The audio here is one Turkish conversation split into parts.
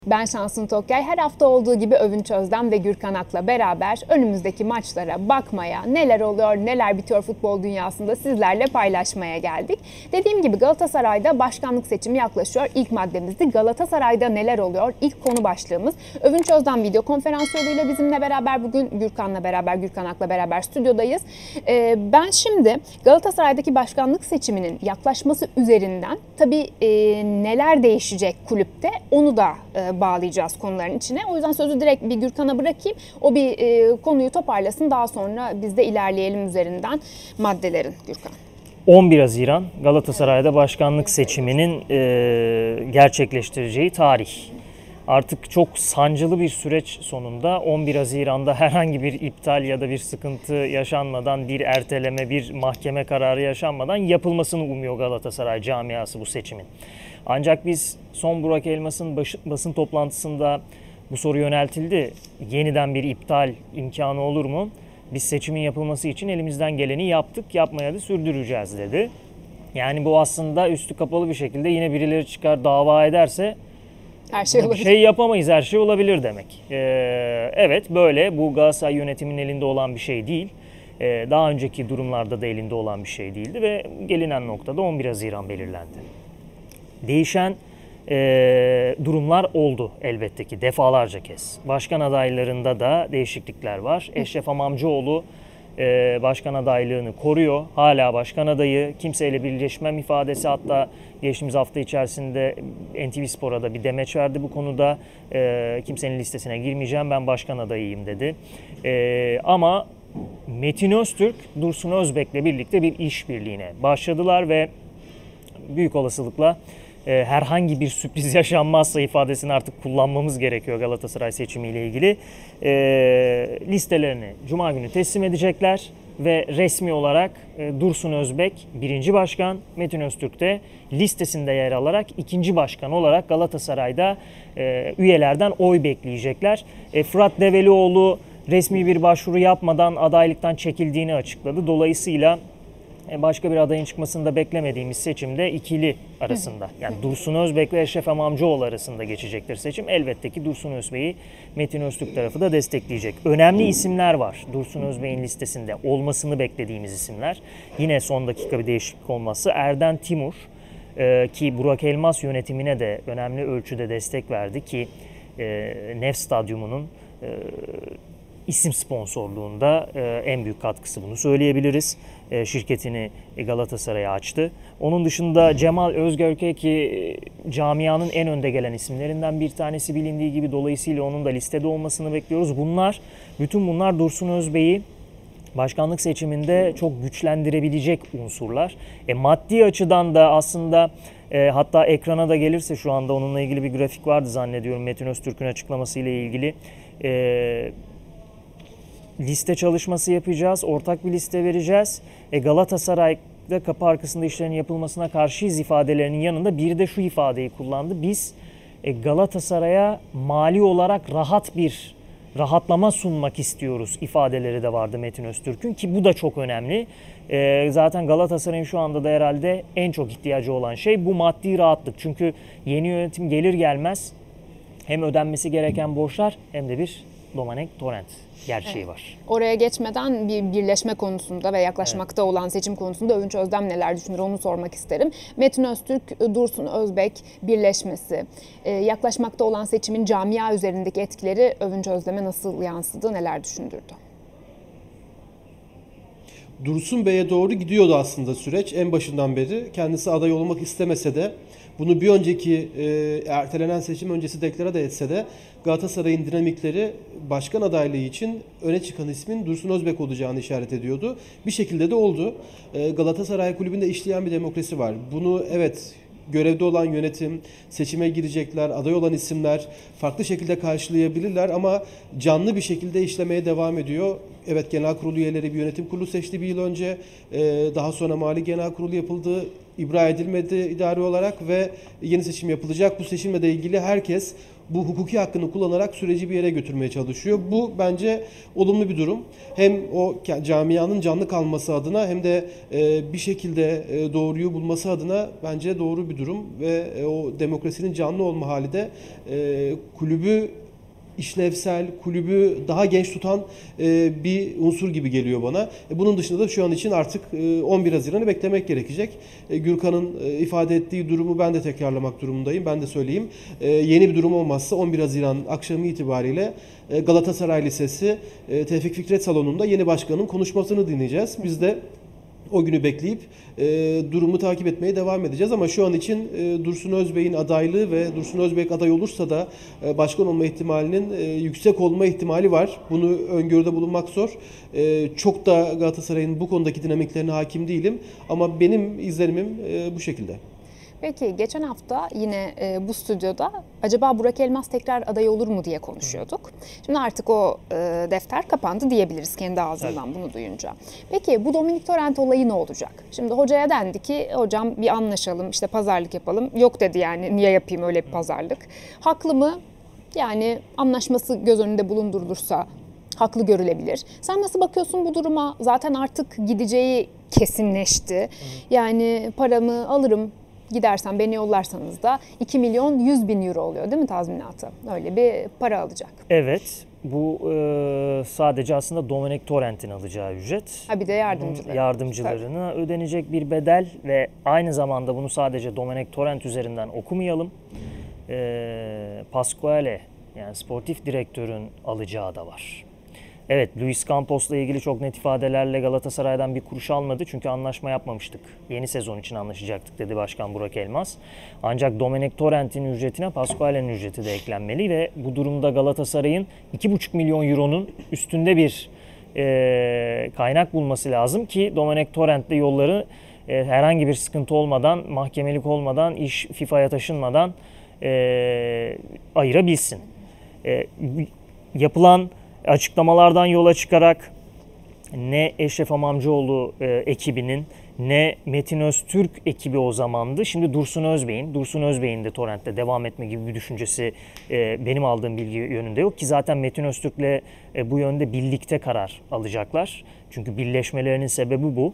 Ben Şansın Tokyay, her hafta olduğu gibi Övünç Özdem ve Gürkan Ak'la beraber önümüzdeki maçlara bakmaya, neler oluyor, neler bitiyor futbol dünyasında sizlerle paylaşmaya geldik. Dediğim gibi Galatasaray'da başkanlık seçimi yaklaşıyor. İlk maddemizdi. Galatasaray'da neler oluyor? İlk konu başlığımız. Övünç Özdem video konferans yoluyla bizimle beraber bugün Gürkan Ak'la beraber stüdyodayız. Ben şimdi Galatasaray'daki başkanlık seçiminin yaklaşması üzerinden tabii neler değişecek kulüpte onu da bağlayacağız konuların içine. O yüzden sözü direkt bir Gürkan'a bırakayım. O bir konuyu toparlasın. Daha sonra biz de ilerleyelim üzerinden maddelerin Gürkan. 11 Haziran Galatasaray'da başkanlık seçiminin gerçekleştireceği tarih. Artık çok sancılı bir süreç sonunda 11 Haziran'da herhangi bir iptal ya da bir sıkıntı yaşanmadan, bir erteleme, bir mahkeme kararı yaşanmadan yapılmasını umuyor Galatasaray camiası bu seçimin. Ancak biz son Burak Elmas'ın basın toplantısında bu soru yöneltildi. Yeniden bir iptal imkanı olur mu? Biz seçimin yapılması için elimizden geleni yaptık, yapmaya da sürdüreceğiz dedi. Yani bu aslında üstü kapalı bir şekilde yine birileri çıkar dava ederse her şey olabilir. Bir şey yapamayız, her şey olabilir demek. Evet böyle, bu Galatasaray yönetiminin elinde olan bir şey değil. Daha önceki durumlarda da elinde olan bir şey değildi ve gelinen noktada 11 Haziran belirlendi. Değişen durumlar oldu elbette ki defalarca kez. Başkan adaylarında da değişiklikler var. Eşref Amamcıoğlu başkan adaylığını koruyor. Hala başkan adayı, kimseyle birleşmem ifadesi, hatta geçtiğimiz hafta içerisinde NTV Spor'a da bir demeç verdi bu konuda. Kimsenin listesine girmeyeceğim, ben başkan adayıyım dedi. Ama Metin Öztürk, Dursun Özbek'le birlikte bir işbirliğine başladılar ve büyük olasılıkla herhangi bir sürpriz yaşanmazsa ifadesini artık kullanmamız gerekiyor Galatasaray seçimiyle ilgili. Listelerini Cuma günü teslim edecekler ve resmi olarak Dursun Özbek 1. Başkan, Metin Öztürk de listesinde yer alarak 2. Başkan olarak Galatasaray'da üyelerden oy bekleyecekler. Fırat Develioğlu resmi bir başvuru yapmadan adaylıktan çekildiğini açıkladı. Dolayısıyla başka bir adayın çıkmasını da beklemediğimiz seçimde ikili arasında, yani Dursun Özbek ve Eşref Amamcıoğlu arasında geçecektir seçim. Elbette ki Dursun Özbek'i Metin Öztürk tarafı da destekleyecek. Önemli isimler var Dursun Özbek'in listesinde olmasını beklediğimiz isimler. Yine son dakika bir değişiklik olması. Erden Timur ki Burak Elmas yönetimine de önemli ölçüde destek verdi ki Nef Stadyumu'nun isim sponsorluğunda en büyük katkısı, bunu söyleyebiliriz. Şirketini Galatasaray'a açtı. Onun dışında Cemal Özgörke ki camianın en önde gelen isimlerinden bir tanesi bilindiği gibi, dolayısıyla onun da listede olmasını bekliyoruz. Bütün bunlar Dursun Özbek'i başkanlık seçiminde çok güçlendirebilecek unsurlar. Maddi açıdan da aslında hatta ekrana da gelirse şu anda onunla ilgili bir grafik vardı zannediyorum Metin Öztürk'ün açıklamasıyla ilgili. Liste çalışması yapacağız, ortak bir liste vereceğiz. Galatasaray'da kapı arkasında işlerin yapılmasına karşıyız ifadelerinin yanında bir de şu ifadeyi kullandı. Biz Galatasaray'a mali olarak rahatlama sunmak istiyoruz ifadeleri de vardı Metin Öztürk'ün, ki bu da çok önemli. Zaten Galatasaray'ın şu anda da herhalde en çok ihtiyacı olan şey bu maddi rahatlık. Çünkü yeni yönetim gelir gelmez hem ödenmesi gereken borçlar hem de bir Domenech Torrent gerçeği var. Oraya geçmeden bir birleşme konusunda ve yaklaşmakta olan seçim konusunda Övünç Özdem neler düşünür onu sormak isterim. Metin Öztürk, Dursun Özbek birleşmesi, yaklaşmakta olan seçimin camia üzerindeki etkileri Övünç Özdem'e nasıl yansıdı, neler düşündürdü? Dursun Bey'e doğru gidiyordu aslında süreç. En başından beri kendisi aday olmak istemese de, bunu bir önceki ertelenen seçim öncesi deklare de etse de Galatasaray'ın dinamikleri başkan adaylığı için öne çıkan ismin Dursun Özbek olacağını işaret ediyordu. Bir şekilde de oldu. Galatasaray Kulübü'nde işleyen bir demokrasi var. Bunu evet, görevde olan yönetim, seçime girecekler, aday olan isimler farklı şekilde karşılayabilirler ama canlı bir şekilde işlemeye devam ediyor. Evet, genel kurulu üyeleri bir yönetim kurulu seçti bir yıl önce. Daha sonra Mali Genel Kurulu yapıldı. İbra edilmedi idari olarak ve yeni seçim yapılacak. Bu seçimle de ilgili herkes bu hukuki hakkını kullanarak süreci bir yere götürmeye çalışıyor. Bu bence olumlu bir durum. Hem o camianın canlı kalması adına hem de bir şekilde doğruyu bulması adına bence doğru bir durum ve o demokrasinin canlı olma hali de kulübü işlevsel, kulübü daha genç tutan bir unsur gibi geliyor bana. Bunun dışında da şu an için artık 11 Haziran'ı beklemek gerekecek. Gürkan'ın ifade ettiği durumu ben de tekrarlamak durumundayım. Ben de söyleyeyim. Yeni bir durum olmazsa 11 Haziran akşamı itibariyle Galatasaray Lisesi Tevfik Fikret Salonu'nda yeni başkanın konuşmasını dinleyeceğiz. Biz de o günü bekleyip durumu takip etmeye devam edeceğiz. Ama şu an için Dursun Özbek'in adaylığı ve Dursun Özbek aday olursa da başkan olma ihtimalinin yüksek olma ihtimali var. Bunu öngörüde bulunmak zor. Çok da Galatasaray'ın bu konudaki dinamiklerine hakim değilim. Ama benim izlenimim bu şekilde. Peki geçen hafta yine bu stüdyoda acaba Burak Elmas tekrar aday olur mu diye konuşuyorduk. Şimdi artık o defter kapandı diyebiliriz kendi ağzından bunu duyunca. Peki bu Dominik Torrent olayı ne olacak? Şimdi hocaya dendi ki hocam bir anlaşalım işte pazarlık yapalım. Yok dedi yani niye yapayım öyle bir pazarlık. Haklı mı? Yani anlaşması göz önünde bulundurulursa haklı görülebilir. Sen nasıl bakıyorsun bu duruma? Zaten artık gideceği kesinleşti. Yani paramı alırım. Gidersen beni yollarsanız da 2 milyon 100 bin euro oluyor değil mi tazminatı? Öyle bir para alacak. Evet. Bu sadece aslında Dominik Torrent'in alacağı ücret. Ha bir de Yardımcılarına ödenecek bir bedel ve aynı zamanda bunu sadece Dominik Torrent üzerinden okumayalım. Pasquale yani sportif direktörün alacağı da var. Evet, Luis Campos'la ilgili çok net ifadelerle Galatasaray'dan bir kuruş almadı çünkü anlaşma yapmamıştık. Yeni sezon için anlaşacaktık dedi Başkan Burak Elmas. Ancak Dominik Torrent'in ücretine Pasquale'nin ücreti de eklenmeli ve bu durumda Galatasaray'ın 2,5 milyon euronun üstünde bir kaynak bulması lazım ki Dominik Torrent'le yolları herhangi bir sıkıntı olmadan, mahkemelik olmadan, iş FIFA'ya taşınmadan ayırabilsin. Yapılan açıklamalardan yola çıkarak ne Eşref Amamcıoğlu ekibinin ne Metin Öztürk ekibi o zamandı. Şimdi Dursun Özbek'in de Torrent'te devam etme gibi bir düşüncesi benim aldığım bilgi yönünde yok ki zaten Metin Öztürk'le bu yönde birlikte karar alacaklar. Çünkü birleşmelerinin sebebi bu.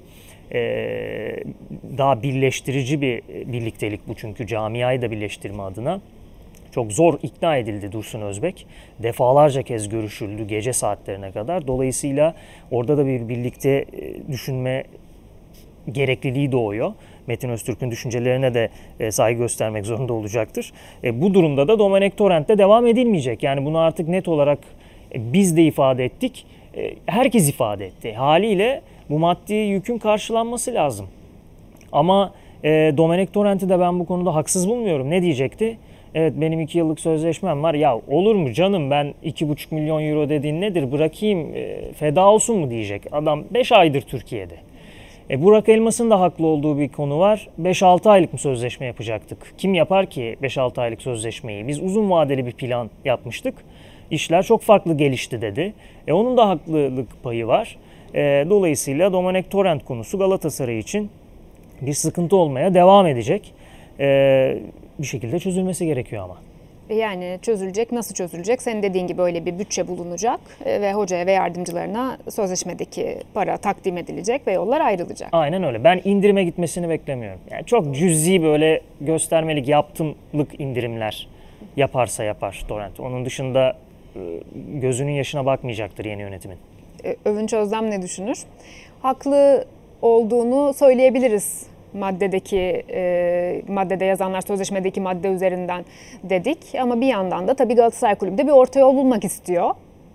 Daha birleştirici bir birliktelik bu çünkü camiayı da birleştirme adına. Çok zor ikna edildi Dursun Özbek. Defalarca kez görüşüldü gece saatlerine kadar. Dolayısıyla orada da bir birlikte düşünme gerekliliği doğuyor. Metin Öztürk'ün düşüncelerine de saygı göstermek zorunda olacaktır. Bu durumda da Dominik Torrent'te devam edilmeyecek. Yani bunu artık net olarak biz de ifade ettik. Herkes ifade etti. Haliyle bu maddi yükün karşılanması lazım. Ama Dominik Torrent'i de ben bu konuda haksız bulmuyorum. Ne diyecekti? Evet benim 2 yıllık sözleşmem var. Ya olur mu canım ben 2,5 milyon euro dediğin nedir bırakayım feda olsun mu diyecek. Adam 5 aydır Türkiye'de. Burak Elmas'ın da haklı olduğu bir konu var. 5-6 aylık mı sözleşme yapacaktık? Kim yapar ki 5-6 aylık sözleşmeyi? Biz uzun vadeli bir plan yapmıştık. İşler çok farklı gelişti dedi. Onun da haklılık payı var. Dolayısıyla Dominik Torrent konusu Galatasaray için bir sıkıntı olmaya devam edecek. Bir şekilde çözülmesi gerekiyor ama. Yani çözülecek. Nasıl çözülecek? Senin dediğin gibi öyle bir bütçe bulunacak ve hocaya ve yardımcılarına sözleşmedeki para takdim edilecek ve yollar ayrılacak. Aynen öyle. Ben indirime gitmesini beklemiyorum. Yani çok cüzi böyle göstermelik yaptımlık indirimler yaparsa yapar Torrent. Onun dışında gözünün yaşına bakmayacaktır yeni yönetimin. Övünç Özlem ne düşünür? Haklı olduğunu söyleyebiliriz. Maddede yazanlar sözleşmedeki madde üzerinden dedik. Ama bir yandan da tabii Galatasaray Kulübü de bir orta yol bulmak istiyor.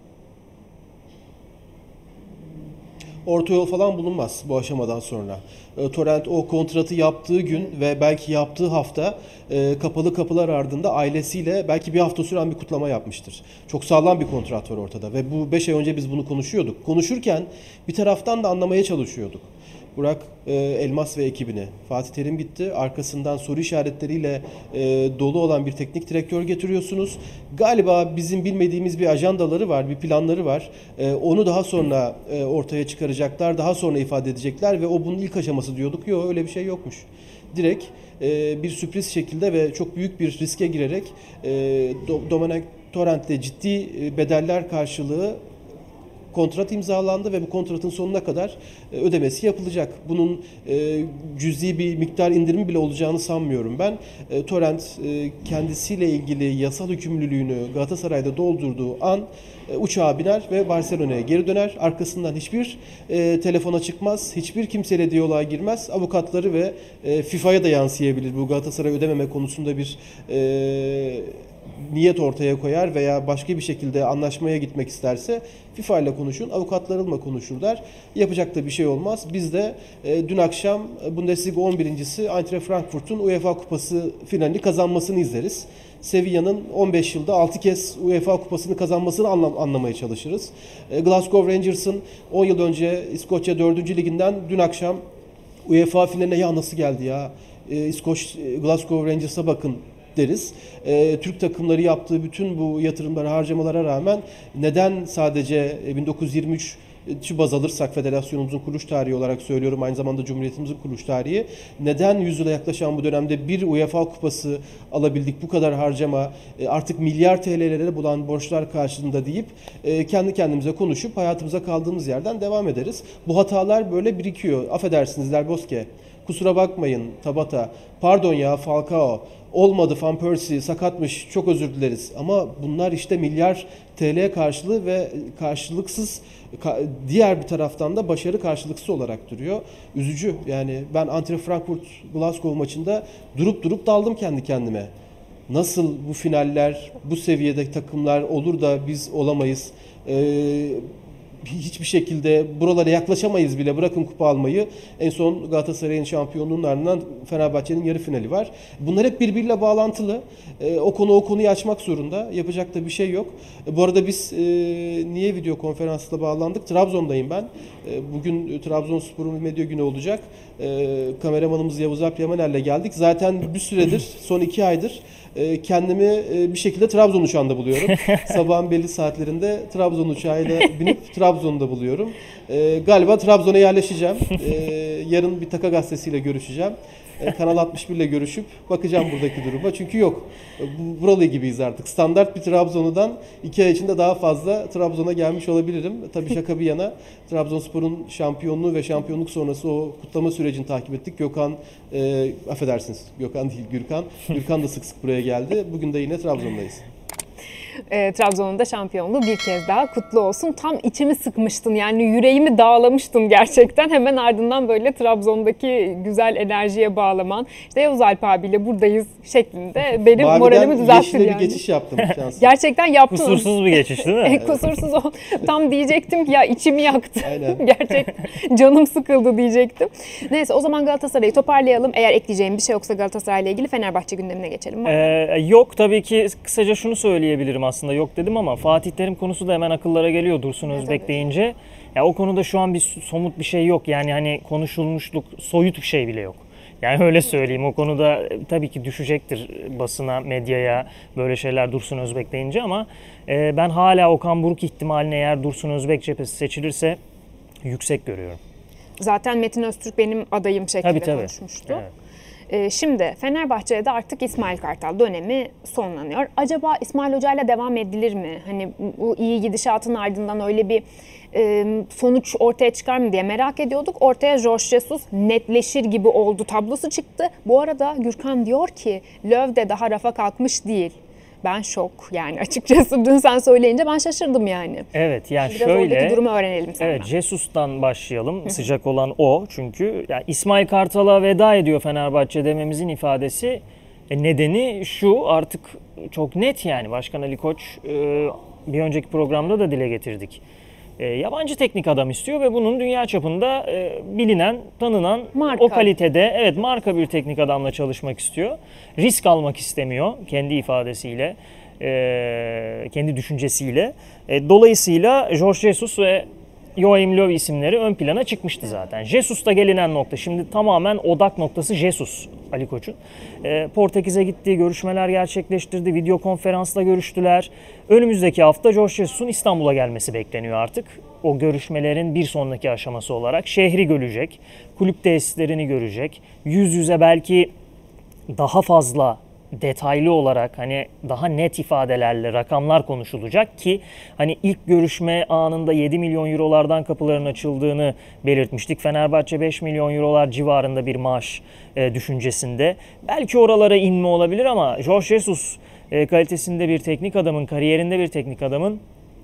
Orta yol falan bulunmaz bu aşamadan sonra. Torrent o kontratı yaptığı gün ve belki yaptığı hafta kapalı kapılar ardında ailesiyle belki bir hafta süren bir kutlama yapmıştır. Çok sağlam bir kontrat var ortada ve bu 5 ay önce biz bunu konuşuyorduk. Konuşurken bir taraftan da anlamaya çalışıyorduk. Burak Elmas ve ekibini. Fatih Terim gitti. Arkasından soru işaretleriyle dolu olan bir teknik direktör getiriyorsunuz. Galiba bizim bilmediğimiz bir ajandaları var, bir planları var. Onu daha sonra ortaya çıkaracaklar, daha sonra ifade edecekler ve o bunun ilk aşaması diyorduk. Yok öyle bir şey yokmuş. direkt bir sürpriz şekilde ve çok büyük bir riske girerek Dominic Torrent'le ciddi bedeller karşılığı kontrat imzalandı ve bu kontratın sonuna kadar ödemesi yapılacak. Bunun cüzi bir miktar indirimi bile olacağını sanmıyorum ben. Torrent kendisiyle ilgili yasal yükümlülüğünü Galatasaray'da doldurduğu an uçağa biner ve Barcelona'ya geri döner. Arkasından hiçbir telefona çıkmaz, hiçbir kimseyle diyaloğa girmez. Avukatları ve FIFA'ya da yansıyabilir bu Galatasaray ödememe konusunda bir niyet ortaya koyar veya başka bir şekilde anlaşmaya gitmek isterse FIFA ile konuşun, avukatlarımla konuşurlar. Yapacak da bir şey olmaz. Biz de dün akşam Bundesliga 11.'si Eintracht Frankfurt'un UEFA Kupası finalini kazanmasını izleriz. Sevilla'nın 15 yılda 6 kez UEFA Kupası'nı kazanmasını anlamaya çalışırız. Glasgow Rangers'ın 10 yıl önce İskoçya 4. Liginden dün akşam UEFA finaline ya nasıl geldi ya Glasgow Rangers'a bakın deriz. Türk takımları yaptığı bütün bu yatırımlara, harcamalara rağmen neden sadece 1923 baz alırsak federasyonumuzun kuruluş tarihi olarak söylüyorum, aynı zamanda Cumhuriyetimizin kuruluş tarihi, neden 100 yıla yaklaşan bu dönemde bir UEFA Kupası alabildik, bu kadar harcama, artık milyar TL'lere bulan borçlar karşılığında deyip kendi kendimize konuşup hayatımıza kaldığımız yerden devam ederiz. Bu hatalar böyle birikiyor. Affedersiniz Del Bosque, kusura bakmayın Tabata, pardon ya Falcao, olmadı Van Persie sakatmış, çok özür dileriz. Ama bunlar işte milyar TL karşılığı ve karşılıksız, diğer bir taraftan da başarı karşılıksız olarak duruyor. Üzücü. Yani ben Eintracht Frankfurt Glasgow maçında durup daldım kendi kendime. Nasıl bu finaller, bu seviyede takımlar olur da biz olamayız? Hiçbir şekilde buralara yaklaşamayız bile, bırakın kupa almayı. En son Galatasaray'ın şampiyonluğunun ardından Fenerbahçe'nin yarı finali var. Bunlar hep birbiriyle bağlantılı. O konuyu açmak zorunda. Yapacak da bir şey yok. Bu arada biz niye video konferansla bağlandık? Trabzon'dayım ben. Bugün Trabzonspor'un medya günü olacak. Kameramanımız Yavuz Alp Yamaner'le geldik. Zaten bir süredir, son 2 aydır kendimi bir şekilde Trabzon uçağında buluyorum. Sabahın belli saatlerinde Trabzon uçağıyla binip Trabzon'da buluyorum. Galiba Trabzon'a yerleşeceğim. Yarın bir Taka gazetesiyle görüşeceğim. Kanal 61 ile görüşüp bakacağım buradaki duruma. Çünkü yok. Buralı gibiyiz artık. Standart bir Trabzon'dan 2 ay içinde daha fazla Trabzon'a gelmiş olabilirim. Tabii şaka bir yana Trabzonspor'un şampiyonluğu ve şampiyonluk sonrası o kutlama sürecini takip ettik. Affedersiniz Gökhan değil Gürkan. Gürkan da sık sık buraya geldi. Bugün de yine Trabzon'dayız. Trabzon'un da şampiyonluğu bir kez daha kutlu olsun. Tam içimi sıkmıştın, yani yüreğimi dağlamıştın gerçekten. Hemen ardından böyle Trabzon'daki güzel enerjiye bağlaman, işte Yavuz Alp abiyle buradayız şeklinde benim moralimi düzelttin yani. Bir geçiş yaptım şansım. Gerçekten yaptın. Kusursuz bir geçiş değil mi? Kusursuz ol. Tam diyecektim ki ya içimi yaktı. Aynen. Gerçekten canım sıkıldı diyecektim. Neyse, o zaman Galatasaray'ı toparlayalım. Eğer ekleyeceğim bir şey yoksa Galatasaray'la ilgili Fenerbahçe gündemine geçelim. Yok, tabii ki kısaca şunu söyleyebilirim, aslında yok dedim ama Fatih Terim konusu da hemen akıllara geliyor Dursun Özbek tabii deyince. Ya o konuda şu an bir somut bir şey yok. Yani hani konuşulmuşluk, soyut bir şey bile yok. Yani öyle söyleyeyim. O konuda tabii ki düşecektir basına, medyaya böyle şeyler Dursun Özbek deyince ama ben hala Okan Buruk ihtimalini, eğer Dursun Özbek cephesi seçilirse, yüksek görüyorum. Zaten Metin Öztürk benim adayım şeklinde konuşmuştu. Evet. Şimdi Fenerbahçe'de artık İsmail Kartal dönemi sonlanıyor. Acaba İsmail Hoca ile devam edilir mi? Hani bu iyi gidişatın ardından öyle bir sonuç ortaya çıkar mı diye merak ediyorduk. Ortaya Jorge Jesus netleşir gibi oldu tablosu çıktı. Bu arada Gürkan diyor ki Löw de daha rafa kalkmış değil. Ben şok yani, açıkçası dün sen söyleyince ben şaşırdım yani. Evet, yani biraz şöyle. oradaki durumu öğrenelim senden. Evet, Jesus'tan başlayalım. Sıcak olan o çünkü. Yani İsmail Kartal'a veda ediyor Fenerbahçe dememizin ifadesi. Nedeni şu, artık çok net yani. Başkan Ali Koç bir önceki programda da dile getirdik. Yabancı teknik adam istiyor ve bunun dünya çapında bilinen, tanınan, marka, o kalitede, evet, marka bir teknik adamla çalışmak istiyor. Risk almak istemiyor kendi ifadesiyle, kendi düşüncesiyle. Dolayısıyla Jorge Jesus ve Joachim Löw isimleri ön plana çıkmıştı zaten. Jesus'ta gelinen nokta, şimdi tamamen odak noktası Jesus, Ali Koç'un. Portekiz'e gitti, görüşmeler gerçekleştirdi, video konferansla görüştüler. Önümüzdeki hafta Jorge Jesus'un İstanbul'a gelmesi bekleniyor artık. O görüşmelerin bir sonraki aşaması olarak şehri görecek, kulüp tesislerini görecek, yüz yüze belki daha fazla detaylı olarak hani daha net ifadelerle rakamlar konuşulacak ki hani ilk görüşme anında 7 milyon eurolardan kapıların açıldığını belirtmiştik. Fenerbahçe 5 milyon eurolar civarında bir maaş düşüncesinde. Belki oralara inme olabilir ama Jorge Jesus kalitesinde bir teknik adamın, kariyerinde bir teknik adamın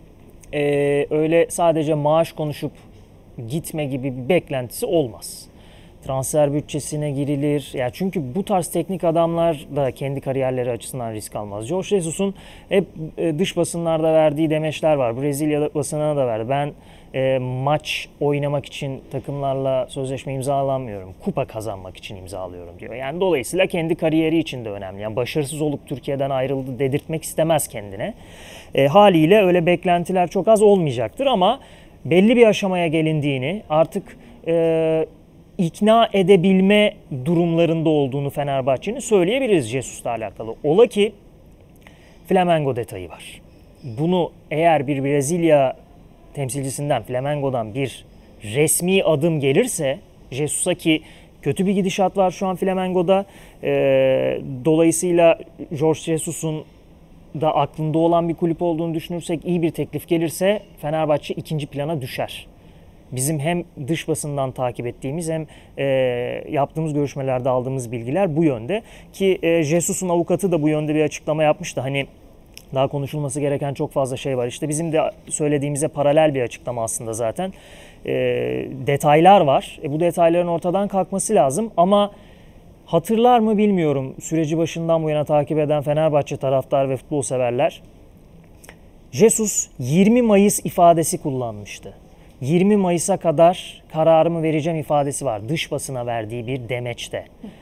öyle sadece maaş konuşup gitme gibi bir beklentisi olmaz. Transfer bütçesine girilir. Ya çünkü bu tarz teknik adamlar da kendi kariyerleri açısından risk almaz. Jorge Jesus'un hep dış basınlarda verdiği demeçler var. Brezilya basınına da verdi. Ben maç oynamak için takımlarla sözleşme imzalamıyorum. Kupa kazanmak için imzalıyorum diyor. Yani dolayısıyla kendi kariyeri için de önemli. Yani başarısız olup Türkiye'den ayrıldı dedirtmek istemez kendine. Haliyle öyle beklentiler çok az olmayacaktır ama belli bir aşamaya gelindiğini artık ikna edebilme durumlarında olduğunu Fenerbahçe'nin söyleyebiliriz Jesus'la alakalı. Ola ki Flamengo detayı var. Bunu eğer bir Brezilya temsilcisinden, Flamengo'dan bir resmi adım gelirse Jesus'a, ki kötü bir gidişat var şu an Flamengo'da. Dolayısıyla Jorge Jesus'un da aklında olan bir kulüp olduğunu düşünürsek, iyi bir teklif gelirse Fenerbahçe ikinci plana düşer. Bizim hem dış basından takip ettiğimiz hem yaptığımız görüşmelerde aldığımız bilgiler bu yönde. Ki Jesus'un avukatı da bu yönde bir açıklama yapmıştı. Hani daha konuşulması gereken çok fazla şey var. İşte bizim de söylediğimize paralel bir açıklama aslında zaten. Detaylar var. Bu detayların ortadan kalkması lazım ama hatırlar mı bilmiyorum. Süreci başından bu yana takip eden Fenerbahçe taraftar ve futbol severler. Jesus 20 Mayıs ifadesi kullanmıştı. 20 Mayıs'a kadar kararımı vereceğim ifadesi var. Dış basına verdiği bir demeçte.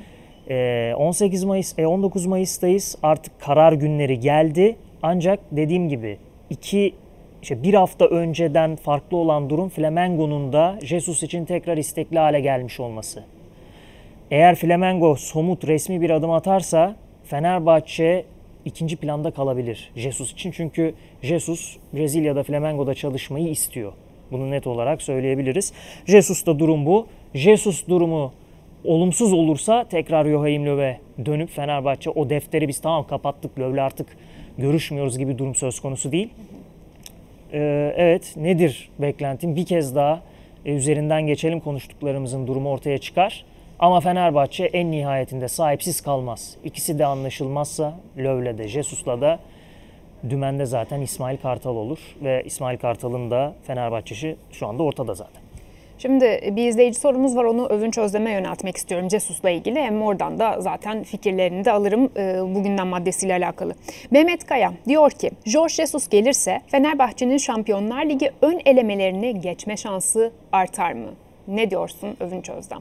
19 Mayıs'tayız. Artık karar günleri geldi. Ancak dediğim gibi bir hafta önceden farklı olan durum Flamengo'nun da Jesus için tekrar istekli hale gelmiş olması. Eğer Flamengo somut resmi bir adım atarsa Fenerbahçe ikinci planda kalabilir Jesus için. Çünkü Jesus Brezilya'da, Flamengo'da çalışmayı istiyor. Bunu net olarak söyleyebiliriz. Jesus'ta durum bu. Jesus durumu olumsuz olursa tekrar Joachim Löw'e dönüp Fenerbahçe o defteri biz tamam kapattık, Löw'le artık görüşmüyoruz gibi durum söz konusu değil. Evet, nedir beklentim? Bir kez daha üzerinden geçelim, konuştuklarımızın durumu ortaya çıkar. Ama Fenerbahçe en nihayetinde sahipsiz kalmaz. İkisi de anlaşılmazsa Löw'le de Jesus'la da dümende zaten İsmail Kartal olur ve İsmail Kartal'ın da Fenerbahçe'si şu anda ortada zaten. Şimdi bir izleyici sorumuz var, onu Övünç Özlem'e yöneltmek istiyorum Jesus'la ilgili. Hem oradan da zaten fikirlerini de alırım bugünden maddesiyle alakalı. Mehmet Kaya diyor ki, Jorge Jesus gelirse Fenerbahçe'nin Şampiyonlar Ligi ön elemelerini geçme şansı artar mı? Ne diyorsun Övünç Özlem?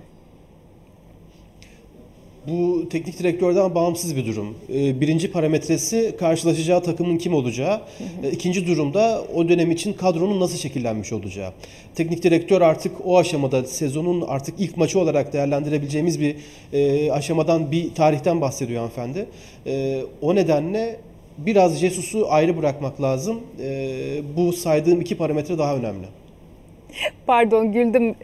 Bu teknik direktörden bağımsız bir durum. Birinci parametresi karşılaşacağı takımın kim olacağı. İkinci durumda o dönem için kadronun nasıl şekillenmiş olacağı. Teknik direktör artık o aşamada sezonun artık ilk maçı olarak değerlendirebileceğimiz bir aşamadan, bir tarihten bahsediyor hanımefendi. O nedenle biraz Jesus'u ayrı bırakmak lazım. Bu saydığım iki parametre daha önemli. Pardon, güldüm.